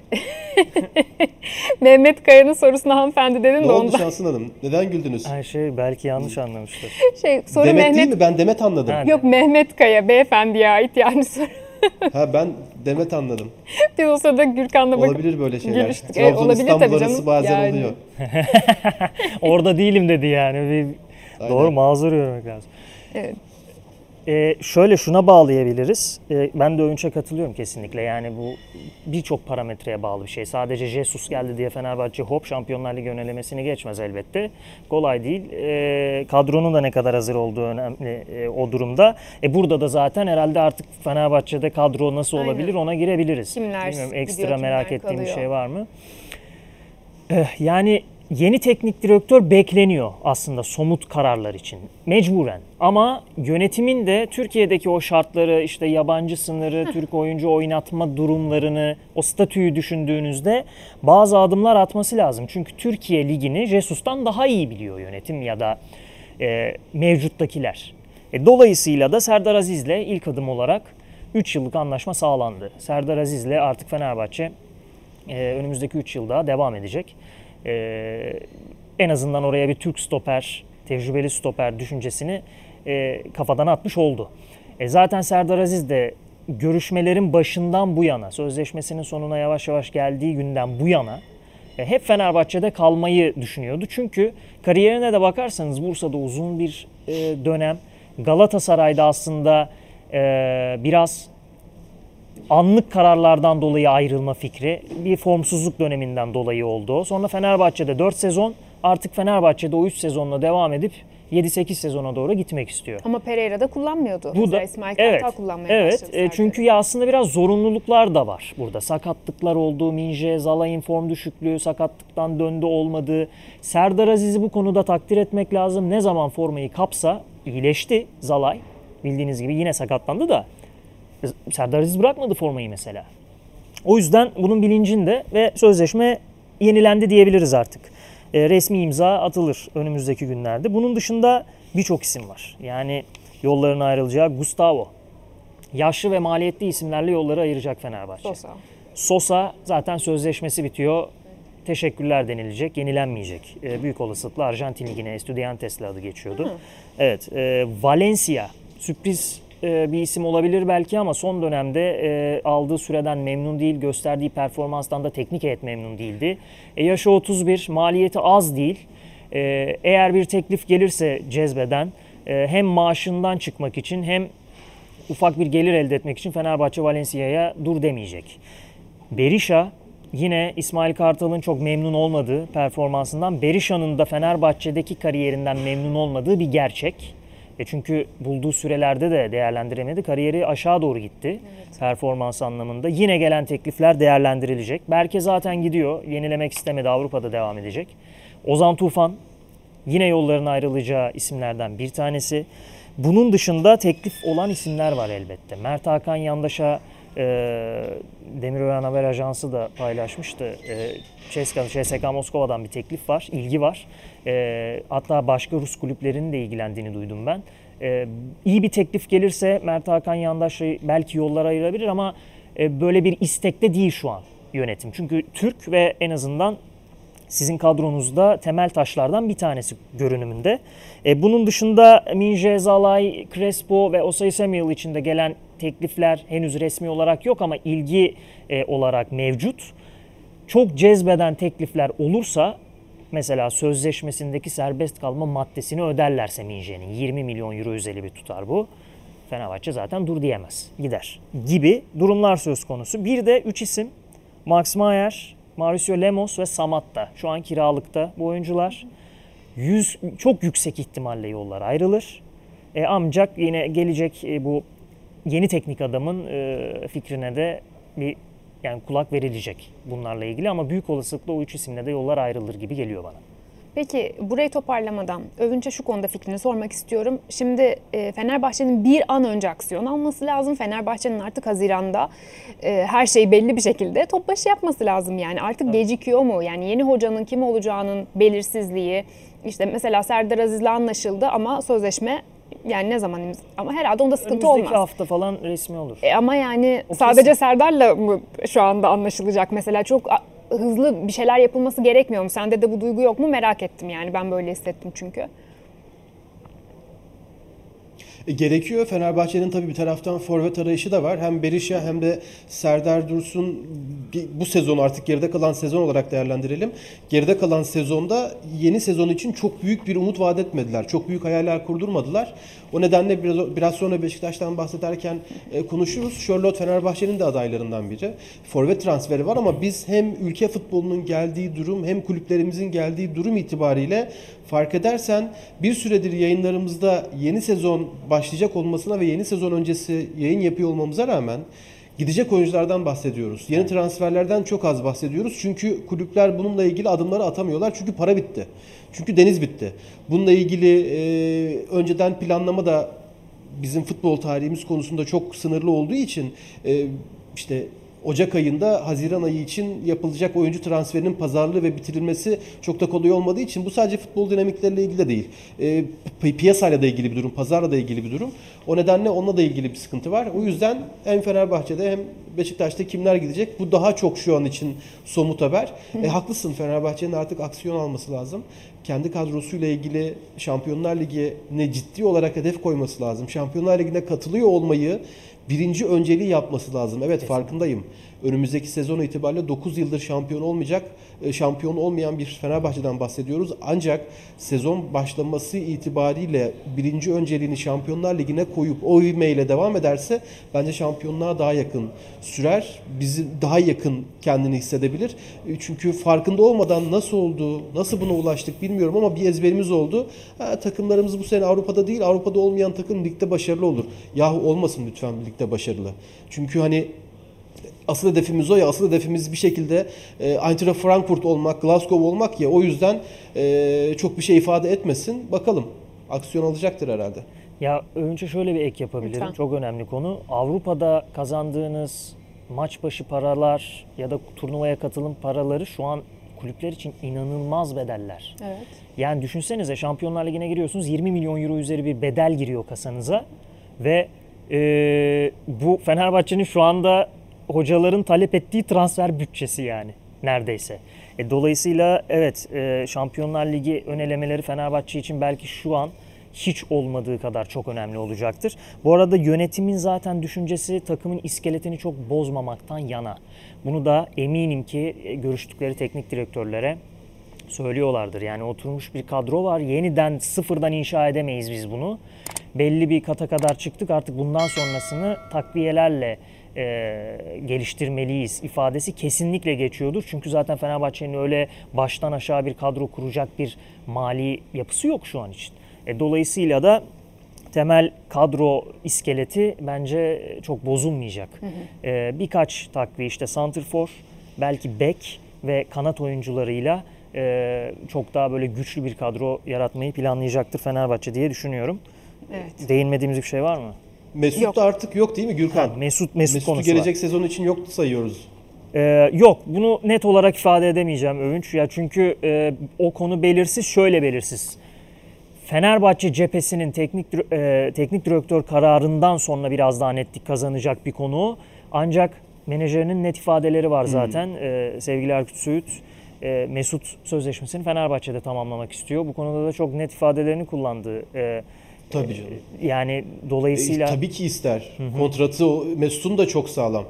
Mehmet Kaya'nın sorusuna hanımefendi dedin de Ne oldu ondan. Şansın Hanım? Neden güldünüz? Belki yanlış anlamıştır. Soru Demet Mehmet değil mi? Ben Demet anladım. Ha. Yok, Mehmet Kaya beyefendiye ait yani soru. Ha, ben Demet anladım. Biz o sırada Gürkan'la bakıp Olabilir böyle şeyler. gülüştük. Trabzon Olabilir İstanbul tabii arası canım. bazen Yani. oluyor. Orada değilim dedi yani. Aynen. Doğru, mazur görmek lazım. Evet. Şöyle şuna bağlayabiliriz. Ben de Övünç'e katılıyorum kesinlikle. Yani bu birçok parametreye bağlı bir şey. Sadece Jesus geldi diye Fenerbahçe hop Şampiyonlar Ligi önelemesini geçmez elbette. Kolay değil. Kadronun da ne kadar hazır olduğu önemli o durumda. Burada da zaten herhalde artık Fenerbahçe'de kadro nasıl Aynen. olabilir ona girebiliriz. Kimler Bilmiyorum, ekstra gidiyor, merak kimler ettiğim bir kalıyor? şey var mı? Yani Yeni teknik direktör bekleniyor aslında somut kararlar için. Mecburen. Ama yönetimin de Türkiye'deki o şartları, işte yabancı sınırı, Türk oyuncu oynatma durumlarını, o statüyü düşündüğünüzde bazı adımlar atması lazım. Çünkü Türkiye Ligi'ni Jesus'tan daha iyi biliyor yönetim ya da mevcuttakiler. Dolayısıyla da Serdar Aziz'le ilk adım olarak 3 yıllık anlaşma sağlandı. Serdar Aziz'le artık Fenerbahçe önümüzdeki 3 yılda devam edecek. En azından oraya bir Türk stoper, tecrübeli stoper düşüncesini kafadan atmış oldu. Zaten Serdar Aziz de görüşmelerin başından bu yana, sözleşmesinin sonuna yavaş yavaş geldiği günden bu yana hep Fenerbahçe'de kalmayı düşünüyordu. Çünkü kariyerine de bakarsanız Bursa'da uzun bir dönem, Galatasaray'da aslında biraz anlık kararlardan dolayı ayrılma fikri, bir formsuzluk döneminden dolayı oldu. Sonra Fenerbahçe'de 4 sezon, artık Fenerbahçe'de o 3 sezonla devam edip 7-8 sezona doğru gitmek istiyor. Ama Pereira'da kullanmıyordu. Bu da İsmail evet, Kartal kullanmaya başladı. Çünkü ya aslında biraz zorunluluklar da var burada. Sakatlıklar oldu, Minje, Zalai'nin form düşüklüğü, sakatlıktan döndü olmadı. Serdar Aziz'i bu konuda takdir etmek lazım. Ne zaman formayı kapsa iyileşti Zalai. Bildiğiniz gibi yine sakatlandı da Serdar Aziz bırakmadı formayı mesela. O yüzden bunun bilincinde ve sözleşme yenilendi diyebiliriz artık. Resmi imza atılır önümüzdeki günlerde. Bunun dışında birçok isim var. Yani yolların ayrılacağı Gustavo. Yaşlı ve maliyetli isimlerle yolları ayıracak Fenerbahçe. Sosa zaten sözleşmesi bitiyor. Teşekkürler denilecek, yenilenmeyecek. Büyük olasılıkla Arjantin Ligi'ne Estudiantes'le adı geçiyordu. Evet, Valencia sürpriz bir isim olabilir belki ama son dönemde aldığı süreden memnun değil, gösterdiği performanstan da teknik heyet memnun değildi. Yaşı 31, maliyeti az değil. Eğer bir teklif gelirse cezbeden hem maaşından çıkmak için hem ufak bir gelir elde etmek için Fenerbahçe Valencia'ya dur demeyecek. Berisha yine İsmail Kartal'ın çok memnun olmadığı performansından, Berisha'nın da Fenerbahçe'deki kariyerinden memnun olmadığı bir gerçek. Çünkü bulduğu sürelerde de değerlendiremedi. Kariyeri aşağı doğru gitti performans anlamında. Yine gelen teklifler değerlendirilecek. Berke zaten gidiyor. Yenilemek istemedi. Avrupa'da devam edecek. Ozan Tufan yine yolların ayrılacağı isimlerden bir tanesi. Bunun dışında teklif olan isimler var elbette. Mert Hakan Yandaş'a Demirören Haber Ajansı da paylaşmıştı. CSKA Moskova'dan bir teklif var, ilgi var. Hatta başka Rus kulüplerinin de ilgilendiğini duydum ben. İyi bir teklif gelirse Mert Hakan Yandaş'ı belki yollara ayırabilir ama böyle bir istekte değil şu an yönetim. Çünkü Türk ve en azından sizin kadronuzda temel taşlardan bir tanesi görünümünde. Bunun dışında Minje, Zalai, Crespo ve Osayi Samuel için de gelen teklifler henüz resmi olarak yok ama ilgi olarak mevcut. Çok cezbeden teklifler olursa, mesela sözleşmesindeki serbest kalma maddesini öderlerse Minje'nin 20 milyon euro üzeri bir tutar bu. Fenerbahçe zaten dur diyemez, gider gibi durumlar söz konusu. Bir de 3 isim: Max Meyer, Mauricio Lemos ve Samatta. Şu an kiralıkta bu oyuncular. Çok yüksek ihtimalle yollar ayrılır. Ancak yine gelecek bu yeni teknik adamın fikrine de bir kulak verilecek bunlarla ilgili ama büyük olasılıkla o 3 isimle de yollar ayrılır gibi geliyor bana. Peki burayı toparlamadan Övünç'e şu konuda fikrini sormak istiyorum. Şimdi Fenerbahçe'nin bir an önce aksiyon alması lazım. Fenerbahçe'nin artık Haziran'da her şey belli bir şekilde top başı yapması lazım yani. Artık gecikiyor mu? Yani yeni hocanın kim olacağının belirsizliği. İşte mesela Serdar Aziz'le anlaşıldı ama sözleşme yani ne zaman ama herhalde onda sıkıntı olmaz. Önümüzdeki hafta falan resmi olur. Ama yani o sadece kesin. Serdar'la mı şu anda anlaşılacak mesela? Çok hızlı bir şeyler yapılması gerekmiyor mu? Sende de bu duygu yok mu? Merak ettim yani. Ben böyle hissettim çünkü. Gerekiyor. Fenerbahçe'nin tabii bir taraftan forvet arayışı da var. Hem Berisha hem de Serdar Dursun bu sezon artık geride kalan sezon olarak değerlendirelim. Geride kalan sezonda yeni sezon için çok büyük bir umut vaat etmediler. Çok büyük hayaller kurdurmadılar. O nedenle biraz sonra Beşiktaş'tan bahsederken konuşuruz. Charlotte Fenerbahçe'nin de adaylarından biri. Forvet transferi var ama biz hem ülke futbolunun geldiği durum hem kulüplerimizin geldiği durum itibariyle fark edersen bir süredir yayınlarımızda yeni sezon başlayacak olmasına ve yeni sezon öncesi yayın yapıyor olmamıza rağmen Gidecek oyunculardan bahsediyoruz. Yeni transferlerden çok az bahsediyoruz. Çünkü kulüpler bununla ilgili adımları atamıyorlar. Çünkü para bitti. Çünkü deniz bitti. Bununla ilgili önceden planlama da bizim futbol tarihimiz konusunda çok sınırlı olduğu için işte Ocak ayında Haziran ayı için yapılacak oyuncu transferinin pazarlığı ve bitirilmesi çok da kolay olmadığı için bu sadece futbol dinamikleriyle ilgili de değil. Piyasayla da ilgili bir durum, pazarla da ilgili bir durum. O nedenle onunla da ilgili bir sıkıntı var. O yüzden hem Fenerbahçe'de hem Beşiktaş'ta kimler gidecek? Bu daha çok şu an için somut haber. Haklısın, Fenerbahçe'nin artık aksiyon alması lazım. Kendi kadrosuyla ilgili Şampiyonlar Ligi'ne ciddi olarak hedef koyması lazım. Şampiyonlar Ligi'ne katılıyor olmayı birinci önceliği yapması lazım. Evet, farkındayım. Önümüzdeki sezon itibariyle 9 yıldır şampiyon olmayan bir Fenerbahçe'den bahsediyoruz. Ancak sezon başlaması itibariyle birinci önceliğini Şampiyonlar Ligi'ne koyup o ivmeyle devam ederse bence şampiyonluğa daha yakın sürer. Bizi daha yakın kendini hissedebilir. Çünkü farkında olmadan nasıl oldu, nasıl buna ulaştık bilmiyorum ama bir ezberimiz oldu. Takımlarımız bu sene Avrupa'da değil, Avrupa'da olmayan takım ligde başarılı olur. Yahu olmasın lütfen ligde başarılı. Çünkü hani asıl hedefimiz o ya, asıl hedefimiz bir şekilde Eintracht Frankfurt olmak, Glasgow olmak ya, o yüzden çok bir şey ifade etmesin. Bakalım, aksiyon alacaktır herhalde. Ya önce şöyle bir ek yapabilirim. Lütfen. Çok önemli konu. Avrupa'da kazandığınız maç başı paralar ya da turnuvaya katılım paraları şu an kulüpler için inanılmaz bedeller. Evet. Yani düşünsenize, Şampiyonlar Ligi'ne giriyorsunuz, 20 milyon euro üzeri bir bedel giriyor kasanıza ve bu Fenerbahçe'nin şu anda hocaların talep ettiği transfer bütçesi yani neredeyse. Dolayısıyla evet, Şampiyonlar Ligi ön elemeleri Fenerbahçe için belki şu an hiç olmadığı kadar çok önemli olacaktır. Bu arada yönetimin zaten düşüncesi takımın iskeletini çok bozmamaktan yana. Bunu da eminim ki görüştükleri teknik direktörlere söylüyorlardır. Yani oturmuş bir kadro var. Yeniden sıfırdan inşa edemeyiz biz bunu. Belli bir kata kadar çıktık. Artık bundan sonrasını takviyelerle geliştirmeliyiz ifadesi kesinlikle geçiyordur. Çünkü zaten Fenerbahçe'nin öyle baştan aşağı bir kadro kuracak bir mali yapısı yok şu an için. Dolayısıyla da temel kadro iskeleti bence çok bozulmayacak. Birkaç takviye, işte santrfor, belki bek ve kanat oyuncularıyla çok daha böyle güçlü bir kadro yaratmayı planlayacaktır Fenerbahçe diye düşünüyorum. Evet. Değinmediğimiz bir şey var mı? Mesut Yok. da artık yok değil mi Gürkan? Mesut'u Mesut'u gelecek sezon için yok sayıyoruz. Yok, bunu net olarak ifade edemeyeceğim Övünç. Ya çünkü o konu belirsiz, şöyle belirsiz. Fenerbahçe cephesinin teknik direktör kararından sonra biraz daha netlik kazanacak bir konu. Ancak menajerinin net ifadeleri var zaten. Sevgili Erkut Söğüt, Mesut sözleşmesini Fenerbahçe'de tamamlamak istiyor. Bu konuda da çok net ifadelerini kullandı. Tabii canım. Yani dolayısıyla... Tabii ki ister. Kontratı Mesut'un da çok sağlam.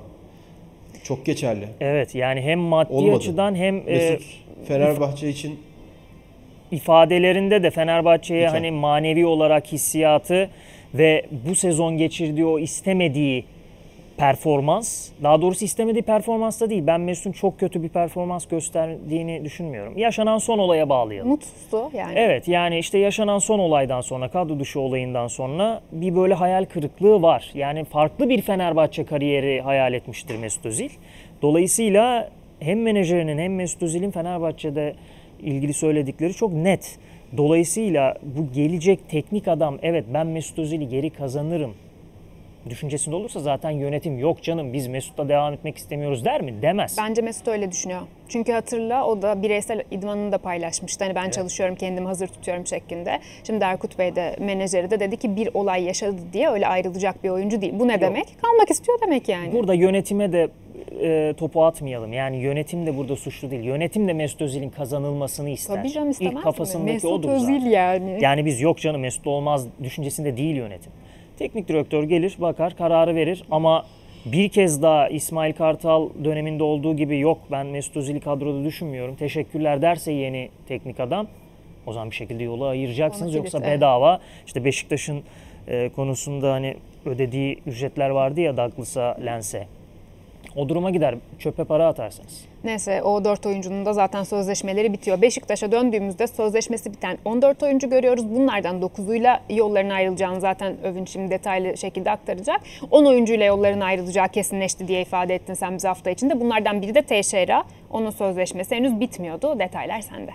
Çok geçerli. Evet, yani hem maddi Olmadı. açıdan hem Mesut Fenerbahçe için ifadelerinde de Fenerbahçe'ye lütfen, hani manevi olarak hissiyatı ve bu sezon geçirdiği o istemediği performans, daha doğrusu istemediği performans da değil. Ben Mesut'un çok kötü bir performans gösterdiğini düşünmüyorum. Yaşanan son olaya bağlayalım. Mutsuzdu yani. Evet, yani işte yaşanan son olaydan sonra, kadro dışı olayından sonra bir böyle hayal kırıklığı var. Yani farklı bir Fenerbahçe kariyeri hayal etmiştir Mesut Özil. Dolayısıyla hem menajerinin hem Mesut Özil'in Fenerbahçe'de ilgili söyledikleri çok net. Dolayısıyla bu gelecek teknik adam, evet ben Mesut Özil'i geri kazanırım düşüncesinde olursa zaten yönetim yok canım biz Mesut'la devam etmek istemiyoruz der mi? Demez. Bence Mesut öyle düşünüyor. Çünkü hatırla, o da bireysel idmanını da paylaşmıştı. Hani ben çalışıyorum, kendimi hazır tutuyorum şeklinde. Şimdi Erkut Bey de, menajeri de dedi ki bir olay yaşadı diye öyle ayrılacak bir oyuncu değil. Bu ne demek? Kalmak istiyor demek yani. Burada yönetime de topu atmayalım. Yani yönetim de burada suçlu değil. Yönetim de Mesut Özil'in kazanılmasını ister. Tabii canım, istemez İlk kafasındaki Mesut odur Özil zaten. yani. Yani biz yok canım Mesut'la olmaz düşüncesinde değil yönetim. Teknik direktör gelir, bakar, kararı verir ama bir kez daha İsmail Kartal döneminde olduğu gibi yok ben Mesut Özil'i kadroda düşünmüyorum, teşekkürler derse yeni teknik adam, o zaman bir şekilde yolu ayıracaksınız. Yoksa evet. bedava, işte Beşiktaş'ın konusunda hani ödediği ücretler vardı ya Douglas'a, Lens'e. o duruma gider. Çöpe para atarsınız. Neyse o 4 oyuncunun da zaten sözleşmeleri bitiyor. Beşiktaş'a döndüğümüzde sözleşmesi biten 14 oyuncu görüyoruz. Bunlardan 9'uyla yolların ayrılacağını zaten Övünç şimdi detaylı şekilde aktaracak. 10 oyuncuyla yolların ayrılacağı kesinleşti diye ifade ettin sen bize hafta içinde. Bunlardan biri de Teixeira. Onun sözleşmesi henüz bitmiyordu. Detaylar sende.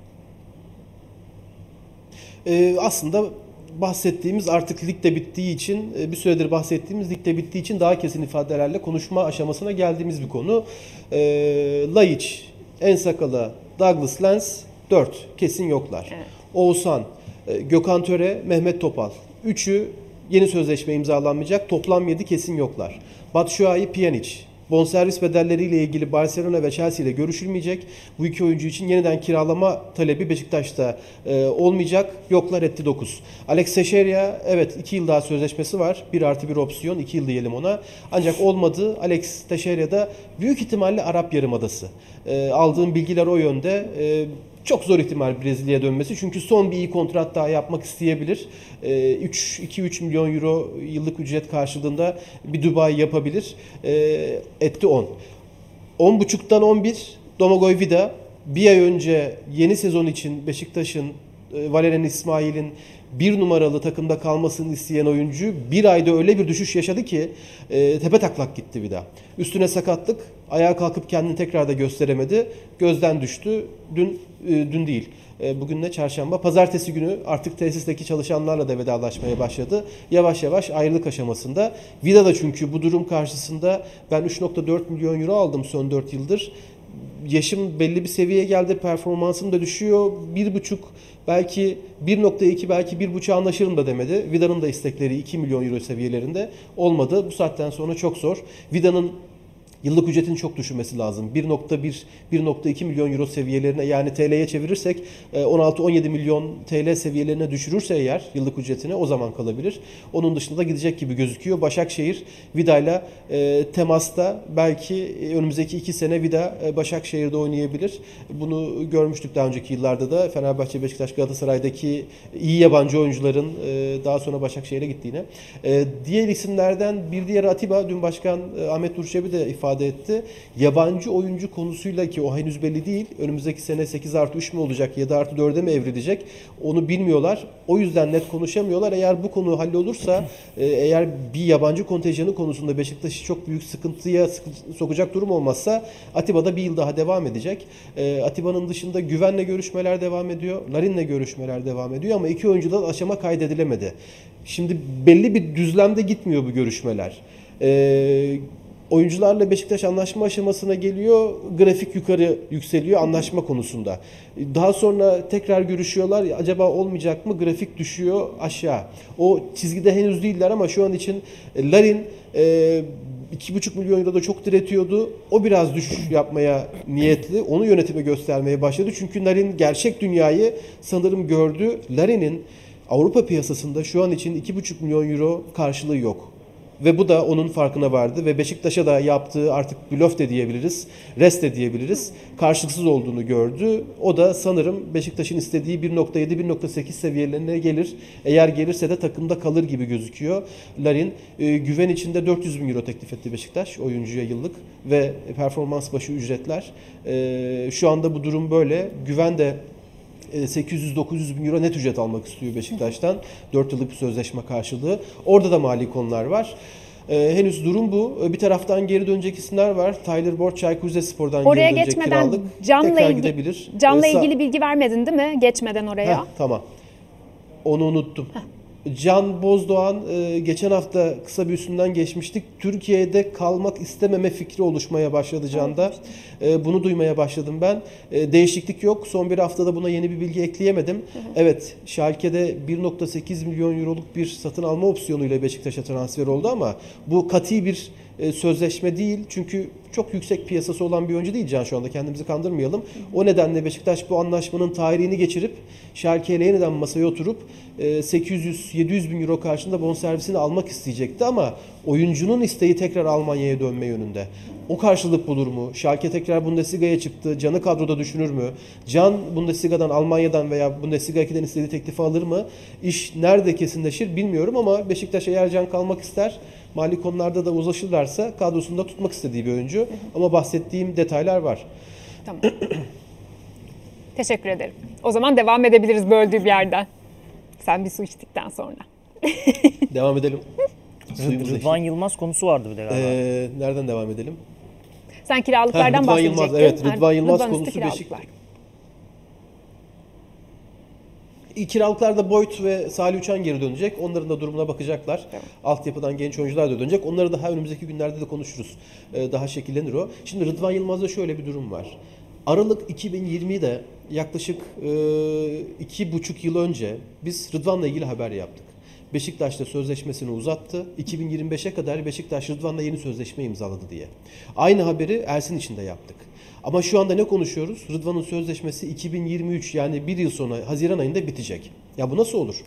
Aslında bahsettiğimiz artık lig de bittiği için, bir süredir bahsettiğimiz lig de bittiği için daha kesin ifadelerle konuşma aşamasına geldiğimiz bir konu. Laiç, Ensakala, Douglas Lens 4 kesin yoklar. Evet. Oğuzhan, Gökhan Töre, Mehmet Topal. Üçü yeni sözleşme imzalanmayacak. Toplam 7 kesin yoklar. Batshuayi, Pjanic. Bonservis bedelleriyle ilgili Barcelona ve Chelsea ile görüşülmeyecek. Bu iki oyuncu için yeniden kiralama talebi Beşiktaş'ta olmayacak. Yoklar etti 9. Alex Teixeira, evet 2 yıl daha sözleşmesi var. 1+1 opsiyon, 2 yıl diyelim ona. Ancak olmadı. Alex Teixeira'da büyük ihtimalle Arap Yarımadası. Aldığım bilgiler o yönde. Çok zor ihtimal Brezilya'ya dönmesi. Çünkü son bir iyi kontrat daha yapmak isteyebilir. 2-3 milyon euro yıllık ücret karşılığında bir Dubai yapabilir. Etti 10. 10.5'tan 11 Domagoj Vida. Bir ay önce yeni sezon için Beşiktaş'ın Valerian İsmail'in bir numaralı takımda kalmasını isteyen oyuncu bir ayda öyle bir düşüş yaşadı ki tepe taklak gitti Vida. Üstüne sakatlık, ayağa kalkıp kendini tekrar da gösteremedi. Gözden düştü. Dün değil. Bugün ne? Çarşamba. Pazartesi günü artık tesisteki çalışanlarla da vedalaşmaya başladı. Yavaş yavaş ayrılık aşamasında. Vida da çünkü bu durum karşısında ben 3.4 milyon euro aldım son 4 yıldır. Yaşım belli bir seviyeye geldi. Performansım da düşüyor. 1.5 belki 1.2 belki 1.5 anlaşırım da demedi. Vida'nın da istekleri 2 milyon euro seviyelerinde olmadı. Bu saatten sonra çok zor. Vida'nın yıllık ücretini çok düşürmesi lazım. 1.1-1.2 milyon euro seviyelerine yani TL'ye çevirirsek 16-17 milyon TL seviyelerine düşürürse eğer yıllık ücretini o zaman kalabilir. Onun dışında da gidecek gibi gözüküyor. Başakşehir Vida'yla temasta belki önümüzdeki 2 sene Vida Başakşehir'de oynayabilir. Bunu görmüştük daha önceki yıllarda da Fenerbahçe, Beşiktaş, Galatasaray'daki iyi yabancı oyuncuların daha sonra Başakşehir'e gittiğine. Diğer isimlerden bir diğer Atiba, dün Başkan Ahmet Durçebi de ifade etti. Yabancı oyuncu konusuyla ki o henüz belli değil. Önümüzdeki sene 8+3 mü olacak, 7+4'e mi evrilecek? Onu bilmiyorlar. O yüzden net konuşamıyorlar. Eğer bu konu hallolursa, eğer bir yabancı kontenjanı konusunda Beşiktaş'ı çok büyük sıkıntıya sokacak durum olmazsa Atiba'da bir yıl daha devam edecek. Atiba'nın dışında Güven'le görüşmeler devam ediyor. Larin'le görüşmeler devam ediyor ama iki oyuncudan aşama kaydedilemedi. Şimdi belli bir düzlemde gitmiyor bu görüşmeler. Oyuncularla Beşiktaş anlaşma aşamasına geliyor. Grafik yukarı yükseliyor anlaşma konusunda. Daha sonra tekrar görüşüyorlar. Acaba olmayacak mı? Grafik düşüyor aşağı. O çizgide henüz değiller ama şu an için Larin 2,5 milyon euro da çok diretiyordu. O biraz düşüş yapmaya niyetli. Onu yönetime göstermeye başladı. Çünkü Larin gerçek dünyayı sanırım gördü. Larin'in Avrupa piyasasında şu an için 2,5 milyon euro karşılığı yok. Ve bu da onun farkına vardı ve Beşiktaş'a da yaptığı artık blöf de diyebiliriz, rest de diyebiliriz, karşılıksız olduğunu gördü. O da sanırım Beşiktaş'ın istediği 1.7-1.8 seviyelerine gelir. Eğer gelirse de takımda kalır gibi gözüküyor. Larin, Güven içinde 400 bin euro teklif etti Beşiktaş oyuncuya yıllık ve performans başı ücretler. Şu anda bu durum böyle. Güven de 800-900 bin euro net ücret almak istiyor Beşiktaş'tan. 4 yıllık bir sözleşme karşılığı. Orada da mali konular var. Henüz durum bu. Bir taraftan geri dönecek isimler var. Tyler Boyd, Çaykur Rizespor'dan oraya geri dönecek geçmeden kiralık. Tekrar gidebilir. Can'la ilgili bilgi vermedin değil mi? Geçmeden oraya. Tamam. Onu unuttum. Can Bozdoğan geçen hafta kısa bir üstünden geçmiştik. Türkiye'de kalmak istememe fikri oluşmaya başladı Can'da. Bunu duymaya başladım ben. Değişiklik yok. Son bir haftada buna yeni bir bilgi ekleyemedim. Evet, Schalke'de 1.8 milyon euroluk bir satın alma opsiyonuyla Beşiktaş'a transfer oldu ama bu kati bir sözleşme değil. Çünkü çok yüksek piyasası olan bir oyuncu değil Can şu anda. Kendimizi kandırmayalım. O nedenle Beşiktaş bu anlaşmanın tarihini geçirip Schalke'yle yeniden masaya oturup 800-700 bin euro karşılığında bonservisini almak isteyecekti ama oyuncunun isteği tekrar Almanya'ya dönme yönünde. O karşılık bulur mu? Schalke tekrar Bundesliga'ya çıktı. Can'ı kadroda düşünür mü? Can Bundesliga'dan, Almanya'dan veya Bundesliga 2'den istediği teklifi alır mı? İş nerede kesinleşir bilmiyorum ama Beşiktaş eğer Can kalmak ister Mali konularda da uzlaşırlarsa kadrosunda tutmak istediği bir oyuncu. Ama bahsettiğim detaylar var. Tamam. Teşekkür ederim. O zaman devam edebiliriz böldüğüm yerden. Sen bir su içtikten sonra. Devam edelim. Suyumuz Rıdvan eşlik. Yılmaz konusu vardı bir de galiba. Nereden devam edelim? Sen kiralıklardan Rıdvan bahsedecektin. Yılmaz, evet, Rıdvan Yılmaz Rıdvan üstü konusu kiralıklar. Kiralıklarda Boyd ve Salih Uçan geri dönecek. Onların da durumuna bakacaklar. Tamam. Altyapıdan genç oyuncular da dönecek. Onları daha önümüzdeki günlerde de konuşuruz. Daha şekillenir o. Şimdi Rıdvan Yılmaz'da şöyle bir durum var. Aralık 2020'de yaklaşık 2,5 yıl önce biz Rıdvan'la ilgili haber yaptık. Beşiktaş'ta sözleşmesini uzattı. 2025'e kadar Beşiktaş Rıdvan'la yeni sözleşme imzaladı diye. Aynı haberi Ersin için de yaptık. Ama şu anda ne konuşuyoruz? Rıdvan'ın sözleşmesi 2023 yani bir yıl sonra Haziran ayında bitecek. Ya bu nasıl olur?